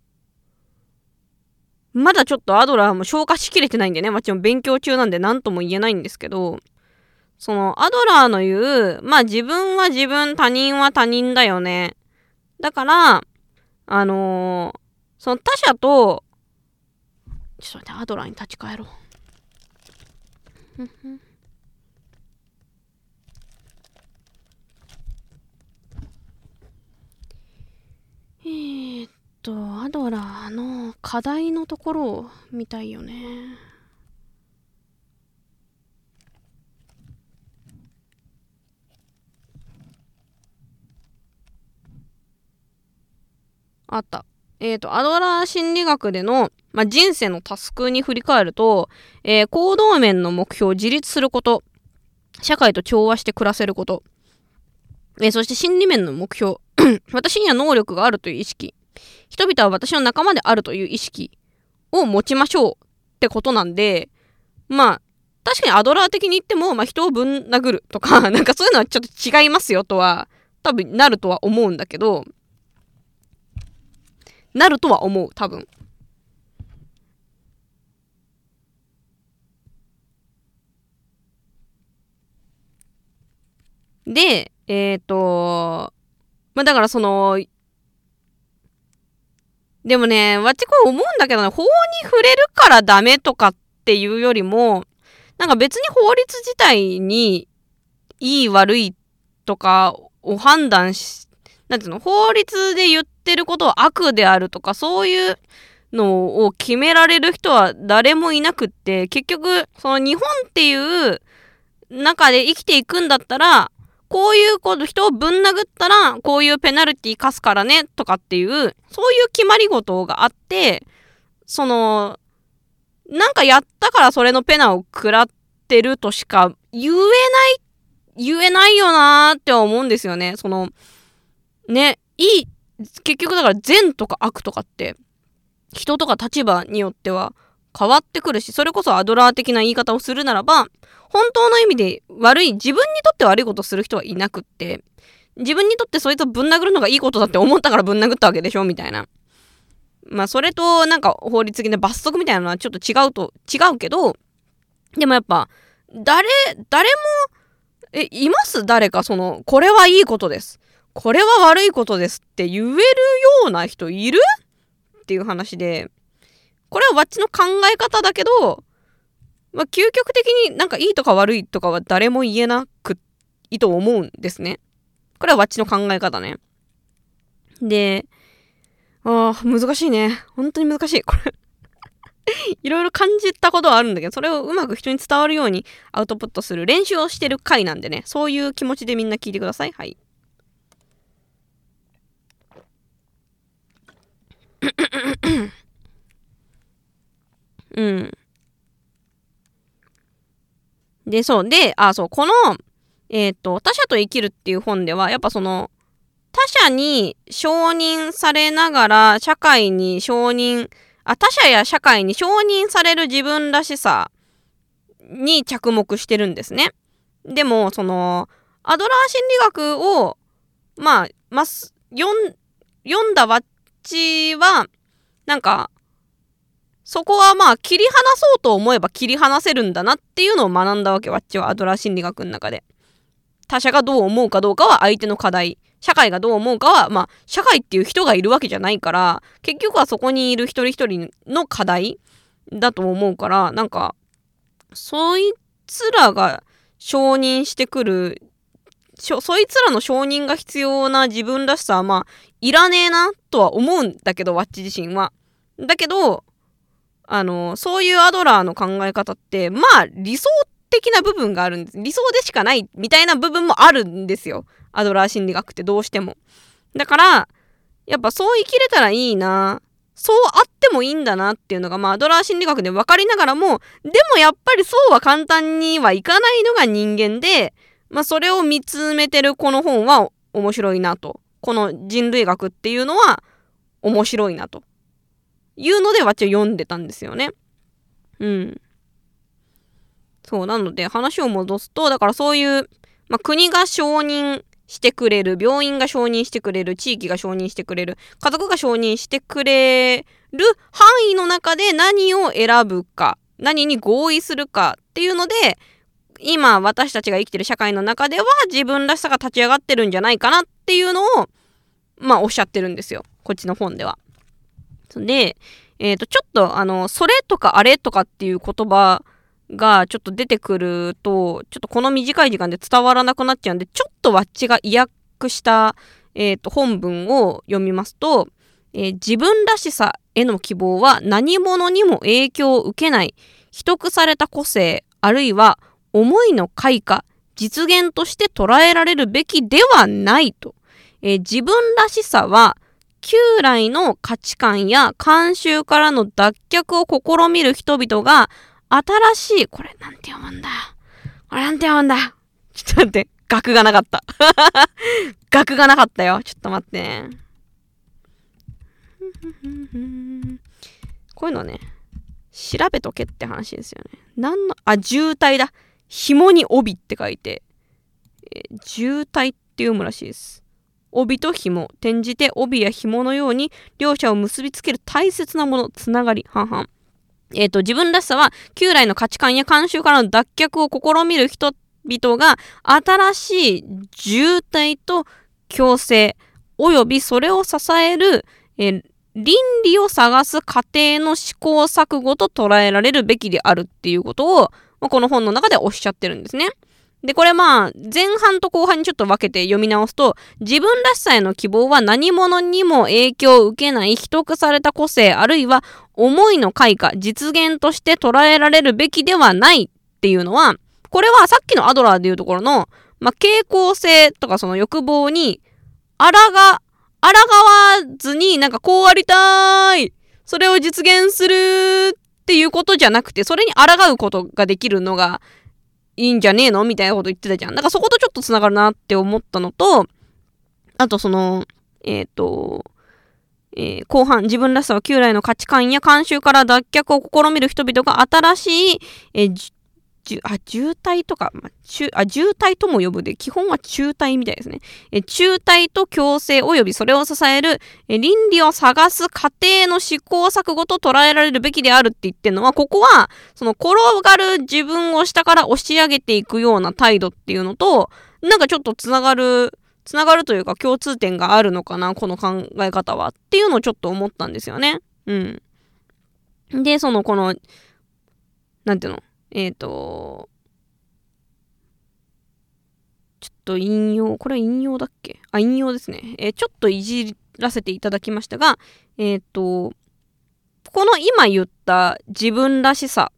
まだちょっとアドラーも消化しきれてないんでね、もちろん勉強中なんで何とも言えないんですけど、その、アドラーの言う、まあ自分は自分、他人は他人だよね。だから、あのー、その他者と、ちょっと待って、アドラーに立ち返ろう。えーっと、アドラーの課題のところを見たいよね。あった。えっ、ー、と、アドラー心理学での、まあ、人生のタスクに振り返ると、えー、行動面の目標を自立すること、社会と調和して暮らせること、えー、そして心理面の目標、私には能力があるという意識、人々は私の仲間であるという意識を持ちましょうってことなんで、まあ、確かにアドラー的に言っても、まあ、人をぶん殴るとか、なんかそういうのはちょっと違いますよとは、多分なるとは思うんだけど、なるとは思う、多分。 で、えっと、まあ、だからその、でもね、わっちこう思うんだけどね、法に触れるからダメとかっていうよりも、なんか別に法律自体にいい悪いとかを判断し、なんていうの、法律で言ってることは悪であるとか、そういうのを決められる人は誰もいなくって、結局、その日本っていう中で生きていくんだったら、こういうこと、人をぶん殴ったら、こういうペナルティ課すからね、とかっていう、そういう決まり事があって、その、なんかやったからそれのペナを食らってるとしか言えない、言えないよなーって思うんですよね。その、ね、いい、結局だから善とか悪とかって、人とか立場によっては変わってくるし、それこそアドラー的な言い方をするならば、本当の意味で悪い、自分にとって悪いことする人はいなくって、自分にとってそいつをぶん殴るのがいいことだって思ったからぶん殴ったわけでしょみたいな。まあそれとなんか法律的な罰則みたいなのはちょっと違うと、違うけど、でもやっぱ、誰、誰も、え、います誰かその、これはいいことです。これは悪いことですって言えるような人いるっていう話で、これはわっちの考え方だけど、まあ、究極的になんかいいとか悪いとかは誰も言えなくいいと思うんですね。これはわっちの考え方ね。で、ああ、難しいね。本当に難しい。これいろいろ感じたことはあるんだけど、それをうまく人に伝わるようにアウトプットする練習をしてる回なんでね、そういう気持ちでみんな聞いてください。はい。うん。で、そう。で、あ、そう。この、えっと、他者と生きるっていう本では、やっぱその、他者に承認されながら、社会に承認、あ、他者や社会に承認される自分らしさに着目してるんですね。でも、その、アドラー心理学を、まあ、ます、読ん、読んだわっちは、なんか、そこはまあ切り離そうと思えば切り離せるんだなっていうのを学んだわけ、わっちはアドラー心理学の中で。他者がどう思うかどうかは相手の課題。社会がどう思うかは、まあ、社会っていう人がいるわけじゃないから、結局はそこにいる一人一人の課題だと思うから、なんか、そいつらが承認してくる、そいつらの承認が必要な自分らしさは、まあ、いらねえなとは思うんだけど、わっち自身は。だけど、あの、そういうアドラーの考え方って、まあ、理想的な部分があるんです。理想でしかないみたいな部分もあるんですよ。アドラー心理学ってどうしても。だから、やっぱそう生きれたらいいな。そうあってもいいんだなっていうのが、まあ、アドラー心理学で分かりながらも、でもやっぱりそうは簡単にはいかないのが人間で、まあ、それを見つめてるこの本は面白いなと。この人類学っていうのは面白いなと。いうので、わっちは読んでたんですよね。うん。そう、なので話を戻すと、だからそういう、まあ、国が承認してくれる、病院が承認してくれる、地域が承認してくれる、家族が承認してくれる範囲の中で何を選ぶか、何に合意するかっていうので、今私たちが生きてる社会の中では自分らしさが立ち上がってるんじゃないかなっていうのを、まあおっしゃってるんですよ。こっちの本では。で、えっと、ちょっとあの、それとかあれとかっていう言葉がちょっと出てくると、ちょっとこの短い時間で伝わらなくなっちゃうんで、ちょっとわっちが意訳した、えっと、本文を読みますと、えー、自分らしさへの希望は何者にも影響を受けない、秘匿された個性、あるいは思いの開花、実現として捉えられるべきではないと。えー、自分らしさは、旧来の価値観や慣習からの脱却を試みる人々が新しい、これなんて読むんだこれなんて読むんだちょっと待って、額がなかった。額がなかったよ。ちょっと待ってね。こういうのね、調べとけって話ですよね。なんの、あ、渋滞だ。紐に帯って書いて、えー、渋滞って読むらしいです。帯と紐、転じて帯や紐のように両者を結びつける大切なもの、つながり、はんはん。えっと、自分らしさは旧来の価値観や慣習からの脱却を試みる人 々が新しい渋滞と共生およびそれを支えるえ倫理を探す過程の試行錯誤と捉えられるべきであるっていうことを、まあ、この本の中でおっしゃってるんですね。で、これまあ、前半と後半にちょっと分けて読み直すと、自分らしさへの希望は何者にも影響を受けない秘匿された個性、あるいは思いの開花、実現として捉えられるべきではないっていうのは、これはさっきのアドラーでいうところの、まあ、傾向性とかその欲望に、あらが、抗わずになんかこうありたい、それを実現するっていうことじゃなくて、それに抗うことができるのが、いいんじゃねえのみたいなこと言ってたじゃん。だからそことちょっとつながるなって思ったのと、あとその、えっと、えー、後半、自分らしさは旧来の価値観や慣習から脱却を試みる人々が新しい、えー、じゅあ渋滞とか、まあ、中あ渋滞とも呼ぶで、基本は中滞みたいですね。え中滞と共生およびそれを支えるえ倫理を探す過程の試行錯誤と捉えられるべきであるって言ってるのは、ここはその転がる自分を下から押し上げていくような態度っていうのと、なんかちょっとつながるつながるというか共通点があるのかな、この考え方はっていうのをちょっと思ったんですよね。うん。で、そのこのなんていうのえっと、ちょっと引用、これは引用だっけ？あ、引用ですね。えー、ちょっといじらせていただきましたが、えっと、この今言った自分らしさ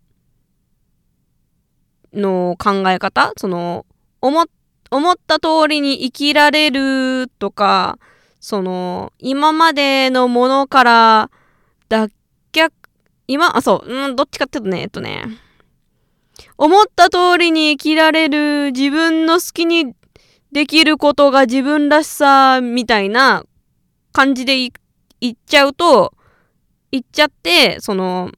の考え方、その、思、思った通りに生きられるとか、その、今までのものから脱却、今、あ、そう、うん、どっちかっていうとね、えっとね、思った通りに生きられる、自分の好きにできることが自分らしさみたいな感じでい言っちゃうと、言っちゃって、その、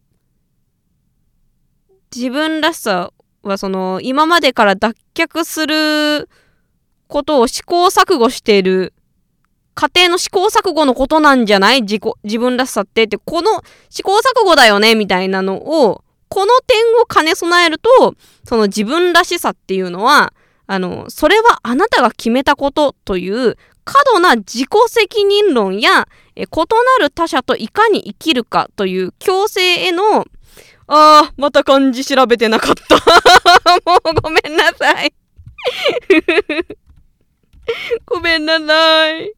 自分らしさはその、今までから脱却することを試行錯誤している、過程の試行錯誤のことなんじゃない？自己、自分らしさってって、この試行錯誤だよねみたいなのを、この点を兼ね備えると、その自分らしさっていうのは、あの、それはあなたが決めたことという過度な自己責任論や、え異なる他者といかに生きるかという強制への、あー、また漢字調べてなかった。もうごめんなさい。ごめんなさい。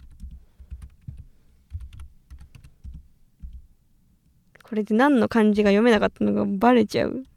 これで何の漢字が読めなかったのがバレちゃう。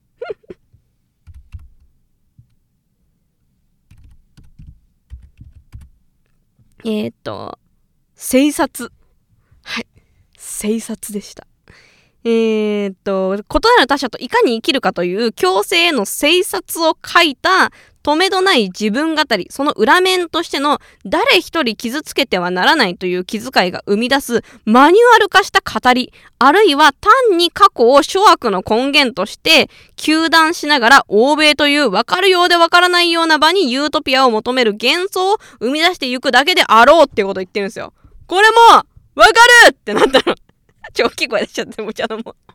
えっと、生殺。はい。生殺でした。えー、っと、異なる他者といかに生きるかという強制への生殺を書いた止めどない自分語り、その裏面としての誰一人傷つけてはならないという気遣いが生み出すマニュアル化した語り、あるいは単に過去を諸悪の根源として糾弾しながら欧米という分かるようで分からないような場にユートピアを求める幻想を生み出していくだけであろうっていうことを言ってるんですよ。これも分かるってなったの。超大きい声出しちゃってもちゃのも。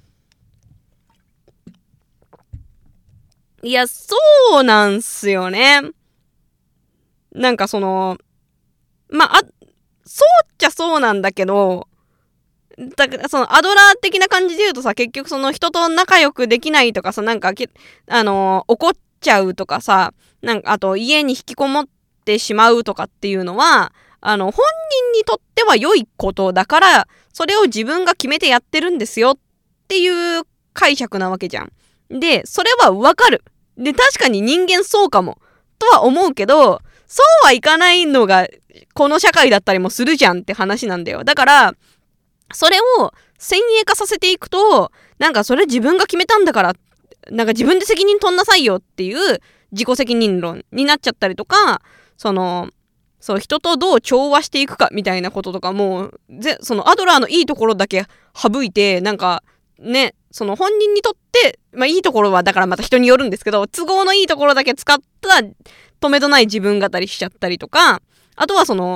いや、そうなんすよね。なんかその、まあ、あ、そうっちゃそうなんだけど、だからそのアドラー的な感じで言うとさ、結局その人と仲良くできないとかさ、なんかあのー、怒っちゃうとかさ、なんかあと家に引きこもってしまうとかっていうのは、あの、本人にとっては良いことだから、それを自分が決めてやってるんですよっていう解釈なわけじゃん。で、それはわかる。で、確かに人間そうかも。とは思うけど、そうはいかないのが、この社会だったりもするじゃんって話なんだよ。だから、それを先鋭化させていくと、なんかそれ自分が決めたんだから、なんか自分で責任取んなさいよっていう自己責任論になっちゃったりとか、その、そう、人とどう調和していくかみたいなこととかも、ぜ、そのアドラーのいいところだけ省いて、なんか、ね、その本人にとって、まあいいところはだからまた人によるんですけど、都合のいいところだけ使った止めどない自分語りしちゃったりとか、あとはその、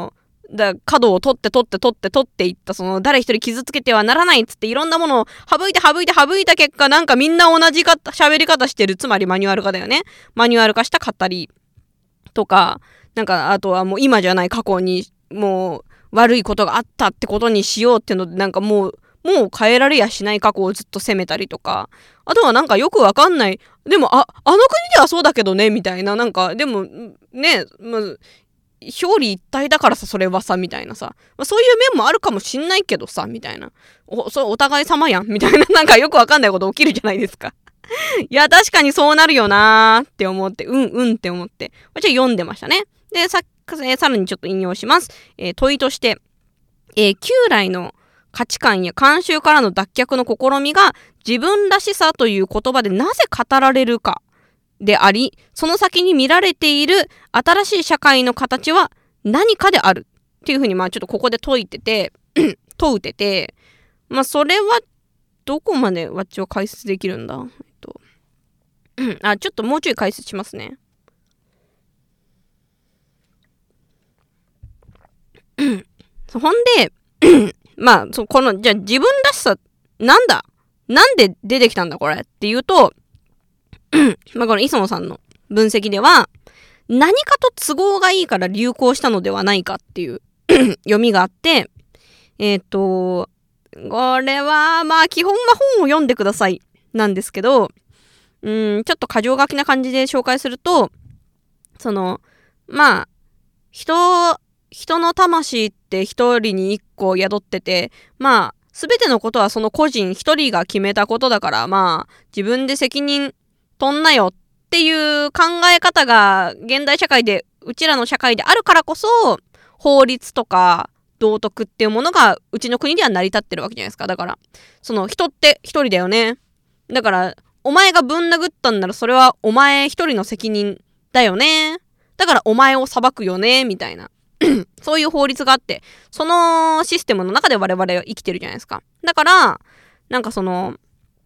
だ角を取って取って取って取っていった、その誰一人傷つけてはならないっつっていろんなものを省いて省いて省いた結果、なんかみんな同じか喋り方してる、つまりマニュアル化だよね。マニュアル化した語りとか、なんかあとはもう今じゃない過去にもう悪いことがあったってことにしようっていうので、なんかもうもう変えられやしない過去をずっと責めたりとか、あとはなんかよくわかんない、でもああの国ではそうだけどねみたいな、なんかでもね、まず表裏一体だからさ、それはさみたいなさ、まあ、そういう面もあるかもしんないけどさみたいな、おそれお互い様やんみたいな、なんかよくわかんないこと起きるじゃないですか。いや確かにそうなるよなーって思って、うんうんって思って、じゃあ読んでましたね。でさ、えー、さらにちょっと引用します。えー、問いとして、えー、旧来の価値観や慣習からの脱却の試みが自分らしさという言葉でなぜ語られるかであり、その先に見られている新しい社会の形は何かであるっていうふうに、まあちょっとここで問いてて問うてて、まあそれはどこまでわっちは解説できるんだ、えっとあ、ちょっともうちょい解説しますね。ほんでまあそこのじゃあ自分らしさなんだ、なんで出てきたんだこれっていうとまあこの磯野さんの分析では、何かと都合がいいから流行したのではないかっていう読みがあって、えっとこれはまあ基本は本を読んでくださいなんですけど、うーんちょっと箇条書きな感じで紹介すると、そのまあ人人の魂って一人に一個宿ってて、まあすべてのことはその個人一人が決めたことだから、まあ自分で責任取んなよっていう考え方が現代社会で、うちらの社会であるからこそ、法律とか道徳っていうものがうちの国では成り立ってるわけじゃないですか。だからその人って一人だよね。だからお前がぶん殴ったんならそれはお前一人の責任だよね。だからお前を裁くよねみたいなそういう法律があって、そのシステムの中で我々は生きてるじゃないですか。だからなんかその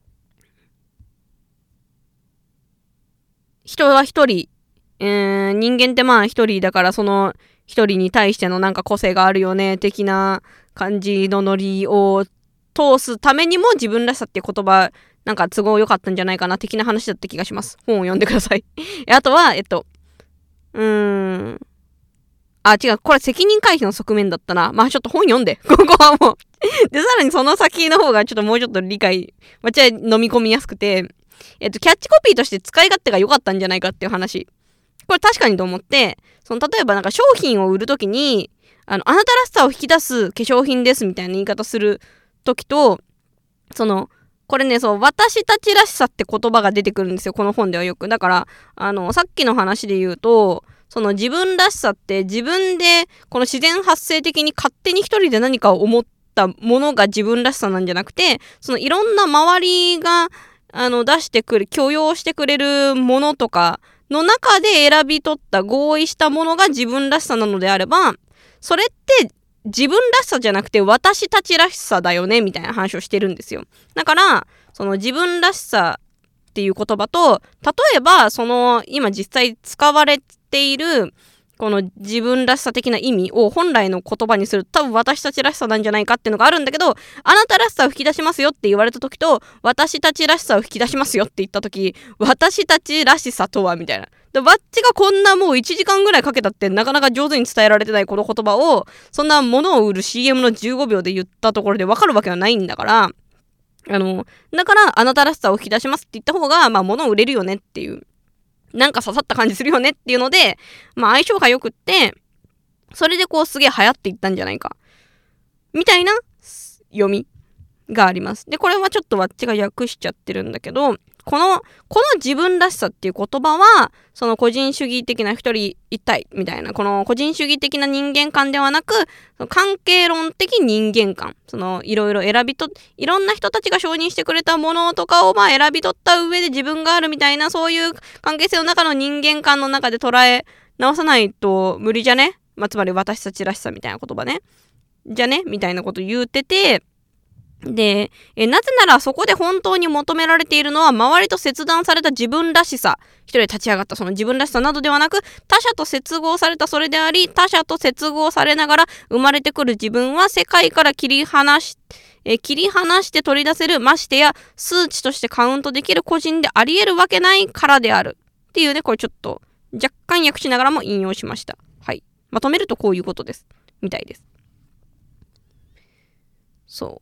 人は一人、えー、人間ってまあ一人だから、その一人に対してのなんか個性があるよね的な感じのノリを通すためにも、自分らしさっていう言葉なんか都合良かったんじゃないかな的な話だった気がします。本を読んでくださいあとはえっとうーんあ違うこれ責任回避の側面だったな。まあちょっと本読んでここはもうでさらにその先の方がちょっともうちょっと理解まちゃ飲み込みやすくて、えっとキャッチコピーとして使い勝手が良かったんじゃないかっていう話、これ確かにと思って、その例えばなんか商品を売るときに、あのあなたらしさを引き出す化粧品ですみたいな言い方するときと、そのこれね、そう私たちらしさって言葉が出てくるんですよ、この本ではよく。だからあのさっきの話で言うと、その自分らしさって自分でこの自然発生的に勝手に一人で何かを思ったものが自分らしさなんじゃなくて、そのいろんな周りがあの出してくる許容してくれるものとかの中で選び取った合意したものが自分らしさなのであれば、それって自分らしさじゃなくて私たちらしさだよねみたいな話をしてるんですよ。だからその自分らしさっていう言葉と、例えばその今実際使われているこの自分らしさ的な意味を本来の言葉にすると、多分私たちらしさなんじゃないかっていうのがあるんだけど、あなたらしさを引き出しますよって言われた時と、私たちらしさを引き出しますよって言った時、私たちらしさとはみたいな。でバッチがこんなもういちじかんぐらいかけたってなかなか上手に伝えられてないこの言葉を、そんな物を売る シーエム のじゅうごびょうで言ったところで分かるわけはないんだから、あのだからあなたらしさを引き出しますって言った方がまあ物を売れるよねっていう、なんか刺さった感じするよねっていうので、まあ相性が良くって、それでこうすげえ流行っていったんじゃないかみたいな読みがあります。でこれはちょっとわっちが訳しちゃってるんだけど、このこの自分らしさっていう言葉は、その個人主義的な一人一体みたいな、この個人主義的な人間観ではなく、関係論的人間観、そのいろいろ選びといろんな人たちが承認してくれたものとかをまあ選び取った上で自分があるみたいな、そういう関係性の中の人間観の中で捉え直さないと無理じゃね、まあ、つまり私たちらしさみたいな言葉ねじゃねみたいなこと言うてて、 で、えなぜならそこで本当に求められているのは周りと切断された自分らしさ、一人で立ち上がったその自分らしさなどではなく、他者と接合されたそれであり、他者と接合されながら生まれてくる自分は世界から切り離し、え切り離して取り出せる、ましてや数値としてカウントできる個人であり得るわけないからであるっていうね、これちょっと若干訳しながらも引用しました。はい。まとめるとこういうことです。みたいです。そう。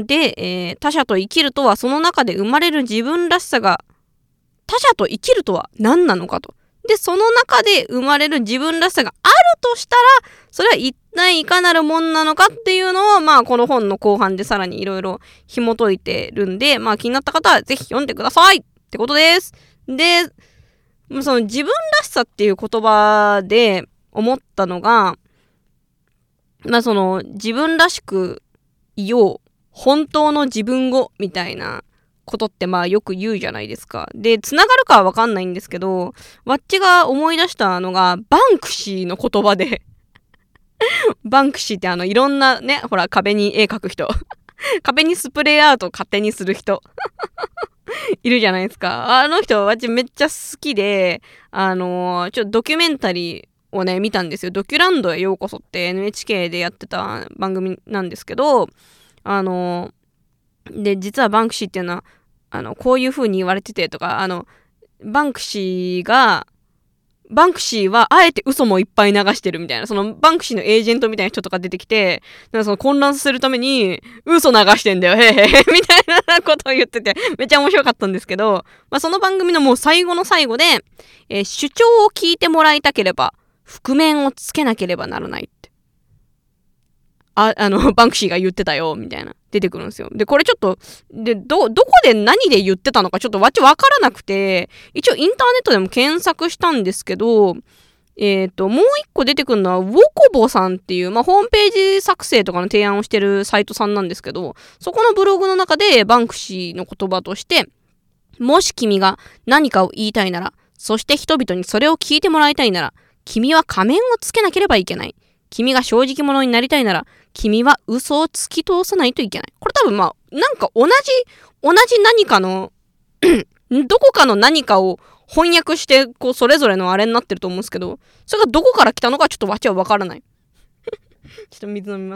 で、えー、他者と生きるとはその中で生まれる自分らしさが、他者と生きるとは何なのかと。で、その中で生まれる自分らしさがあるとしたら、それは一体いかなるもんなのかっていうのを、まあこの本の後半でさらにいろいろ紐解いてるんで、まあ気になった方はぜひ読んでくださいってことです。で、その自分らしさっていう言葉で思ったのが、まあその自分らしくいよう、本当の自分をみたいなことってまあよく言うじゃないですか。で、つながるかはわかんないんですけど、わっちが思い出したのがバンクシーの言葉でバンクシーってあのいろんなね、ほら壁に絵描く人壁にスプレーアート勝手にする人いるじゃないですか。あの人わっちめっちゃ好きで、あのー、ちょっとドキュメンタリーをね見たんですよ。ドキュランドへようこそって エヌエイチケー でやってた番組なんですけど、あので実はバンクシーっていうのはあのこういう風に言われててとか、あのバンクシーがバンクシーはあえて嘘もいっぱい流してるみたいな、そのバンクシーのエージェントみたいな人とか出てきて、なんかその混乱させるために嘘流してんだよへへへみたいなことを言っててめっちゃ面白かったんですけど、まあ、その番組のもう最後の最後で、えー、主張を聞いてもらいたければ覆面をつけなければならないってあ、あの、バンクシーが言ってたよ、みたいな、出てくるんですよ。で、これちょっと、で、ど、どこで何で言ってたのかちょっとわっちわからなくて、一応インターネットでも検索したんですけど、えっと、もう一個出てくるのは、ウォコボさんっていう、まあ、ホームページ作成とかの提案をしてるサイトさんなんですけど、そこのブログの中で、バンクシーの言葉として、もし君が何かを言いたいなら、そして人々にそれを聞いてもらいたいなら、君は仮面をつけなければいけない。君が正直者になりたいなら、君は嘘を突き通さないといけない。これ多分まあ、なんか同じ、同じ何かの、どこかの何かを翻訳して、こう、それぞれのあれになってると思うんですけど、それがどこから来たのかちょっとわちはわからない。ちょっと水飲みます。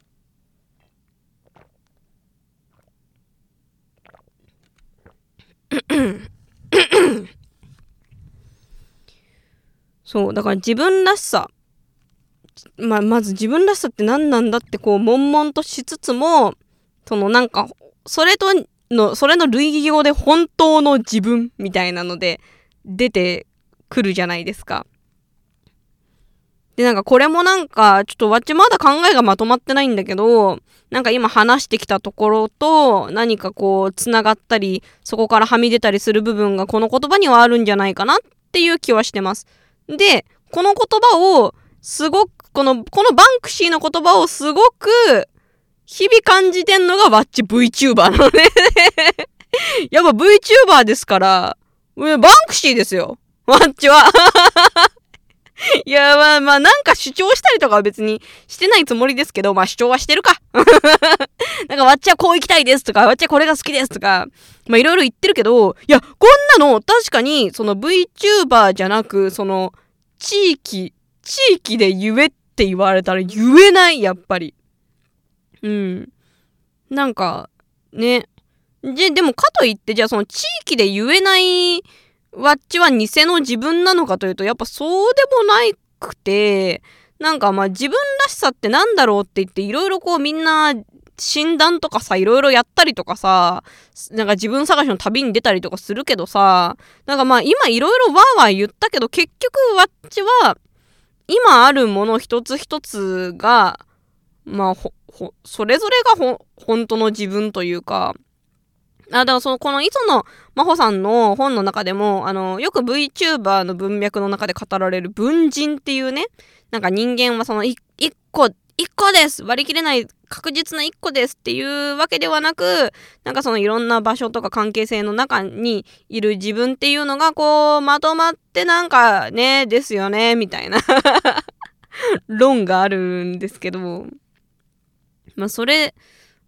そう、だから自分らしさ。まあ、まず自分らしさって何なんだってこう悶々としつつも、そのなんかそれとのそれの類義語で本当の自分みたいなので出てくるじゃないですか。でなんかこれもなんかちょっとわっちまだ考えがまとまってないんだけど、なんか今話してきたところと何かこうつながったりそこからはみ出たりする部分がこの言葉にはあるんじゃないかなっていう気はしてます。でこの言葉をすごくこの、このバンクシーの言葉をすごく日々感じてんのがワッチ VTuber なのねやっぱ VTuber ですから、バンクシーですよ。ワッチは。いや、まあまあなんか主張したりとかは別にしてないつもりですけど、まあ主張はしてるか。なんかワッチはこう行きたいですとか、ワッチはこれが好きですとか、まあいろいろ言ってるけど、いや、こんなの確かにその VTuber じゃなく、その地域、地域で言えって言われたら言えない、やっぱり。うん。なんか、ね。で、でもかといって、じゃあその地域で言えないワッチは偽の自分なのかというと、やっぱそうでもなくて、なんかまあ自分らしさってなんだろうって言って、いろいろこうみんな診断とかさ、いろいろやったりとかさ、なんか自分探しの旅に出たりとかするけどさ、なんかまあ今いろいろワーワー言ったけど、結局ワッチは、今あるもの一つ一つが、まあ、ほ、ほ、それぞれがほ、本当の自分というか、あ、だからその、この磯野真帆さんの本の中でも、あの、よく VTuber の文脈の中で語られる文人っていうね、なんか人間はその、い、一個、一個です割り切れない確実な一個ですっていうわけではなく、なんかそのいろんな場所とか関係性の中にいる自分っていうのがこうまとまってなんかねですよねみたいな論があるんですけど、まあそれ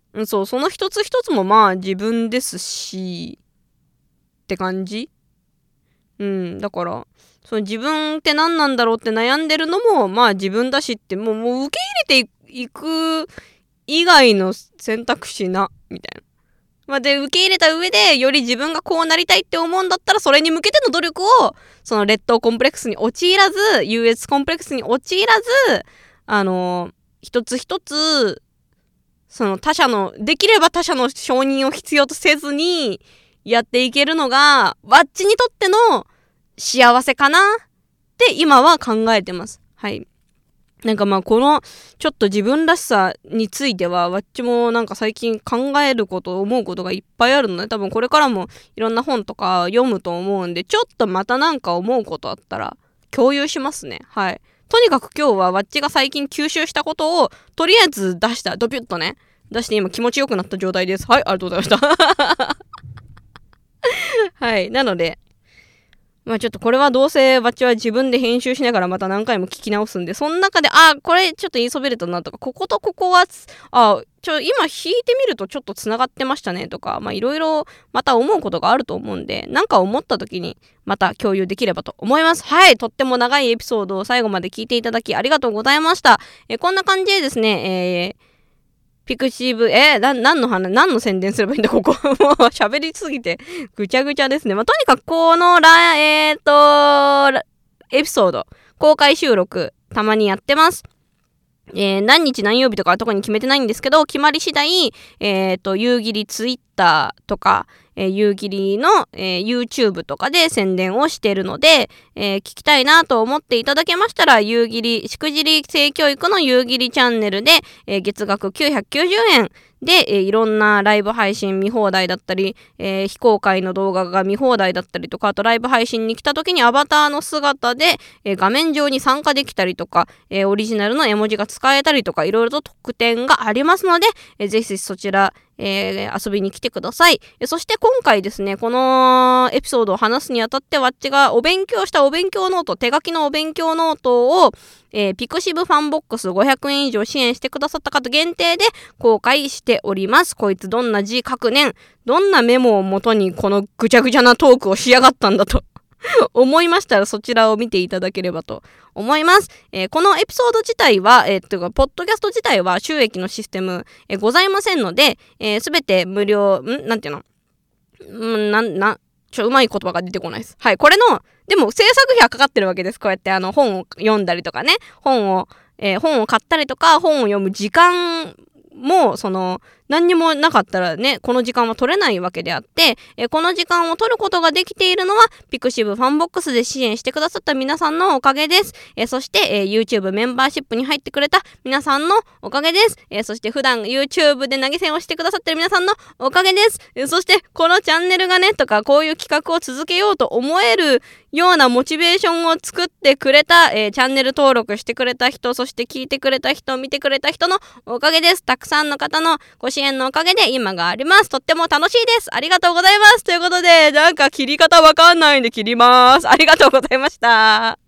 うん、そう、その一つ一つもまあ自分ですし、って感じ。うん、だから、その自分って何なんだろうって悩んでるのも、まあ自分だしって、もう、もう受け入れていく以外の選択肢な、みたいな。まあ、で、受け入れた上で、より自分がこうなりたいって思うんだったら、それに向けての努力を、その劣等コンプレックスに陥らず、優越コンプレックスに陥らず、あの、一つ一つ、その他者の、できれば他者の承認を必要とせずに、やっていけるのが、わっちにとっての幸せかなって今は考えてます。はい。なんかまあこのちょっと自分らしさについてはわっちもなんか最近考えること思うことがいっぱいあるので、多分これからもいろんな本とか読むと思うんで、ちょっとまたなんか思うことあったら共有しますね。はい。とにかく今日はわっちが最近吸収したことをとりあえず出した。ドピュッとね。出して今気持ちよくなった状態です。はい、ありがとうございました。はい。なので、まあちょっとこれはどうせわっちは自分で編集しながらまた何回も聞き直すんで、その中で、あ、これちょっと言いそびれたなとか、こことここは、あ、ちょ、今弾いてみるとちょっと繋がってましたねとか、まあいろいろまた思うことがあると思うんで、なんか思った時にまた共有できればと思います。はい。とっても長いエピソードを最後まで聞いていただきありがとうございました。えー、こんな感じでですね、えー、ピクシブ、えー、な、何の話、何の宣伝すればいいんだ、ここ。もう喋りすぎて、ぐちゃぐちゃですね。まあ、とにかく、この、ら、えーと、エピソード、公開収録、たまにやってます。えー、何日何曜日とかは特に決めてないんですけど、決まり次第、えーと、夕霧ツイッターとか、えー、夕霧の、えー、YouTube とかで宣伝をしているので、えー、聞きたいなと思っていただけましたら、夕霧、しくじり性教育の夕霧チャンネルで、えー、月額きゅうひゃくきゅうじゅうえんで、えー、いろんなライブ配信見放題だったり、えー、非公開の動画が見放題だったりとか、あとライブ配信に来た時にアバターの姿で、えー、画面上に参加できたりとか、えー、オリジナルの絵文字が使えたりとか、いろいろと特典がありますので、えー、ぜひぜひそちら、えー、遊びに来てください。えー、そして今回ですね、このエピソードを話すにあたって、わっちがお勉強したお勉強ノート、手書きのお勉強ノートを、えー、ピクシブファンボックスごひゃくえん以上支援してくださった方限定で公開しております。こいつどんな字書くねん、どんなメモをもとにこのぐちゃぐちゃなトークをしやがったんだと思いましたら、そちらを見ていただければと思います。えー、このエピソード自体は、えー、というかポッドキャスト自体は収益のシステム、えー、ございませんので、す、えー、べて無料、んなんていうの、んな、な、ちょ、うまい言葉が出てこないです。はい、これの、でも制作費はかかってるわけです。こうやってあの本を読んだりとかね、本を、えー、本を買ったりとか、本を読む時間も、その、何にもなかったらね、この時間は取れないわけであって、えー、この時間を取ることができているのは、ピクシブファンボックスで支援してくださった皆さんのおかげです。えー、そして、えー、YouTube メンバーシップに入ってくれた皆さんのおかげです。えー、そして普段 YouTube で投げ銭をしてくださってる皆さんのおかげです。えー、そして、このチャンネルがね、とか、こういう企画を続けようと思えるようなモチベーションを作ってくれた、えー、チャンネル登録してくれた人、そして聞いてくれた人、見てくれた人のおかげです。たくさんの方のご支援のおかげで今があります。とっても楽しいです。ありがとうございます。ということで、なんか切り方わかんないんで切ります。ありがとうございました。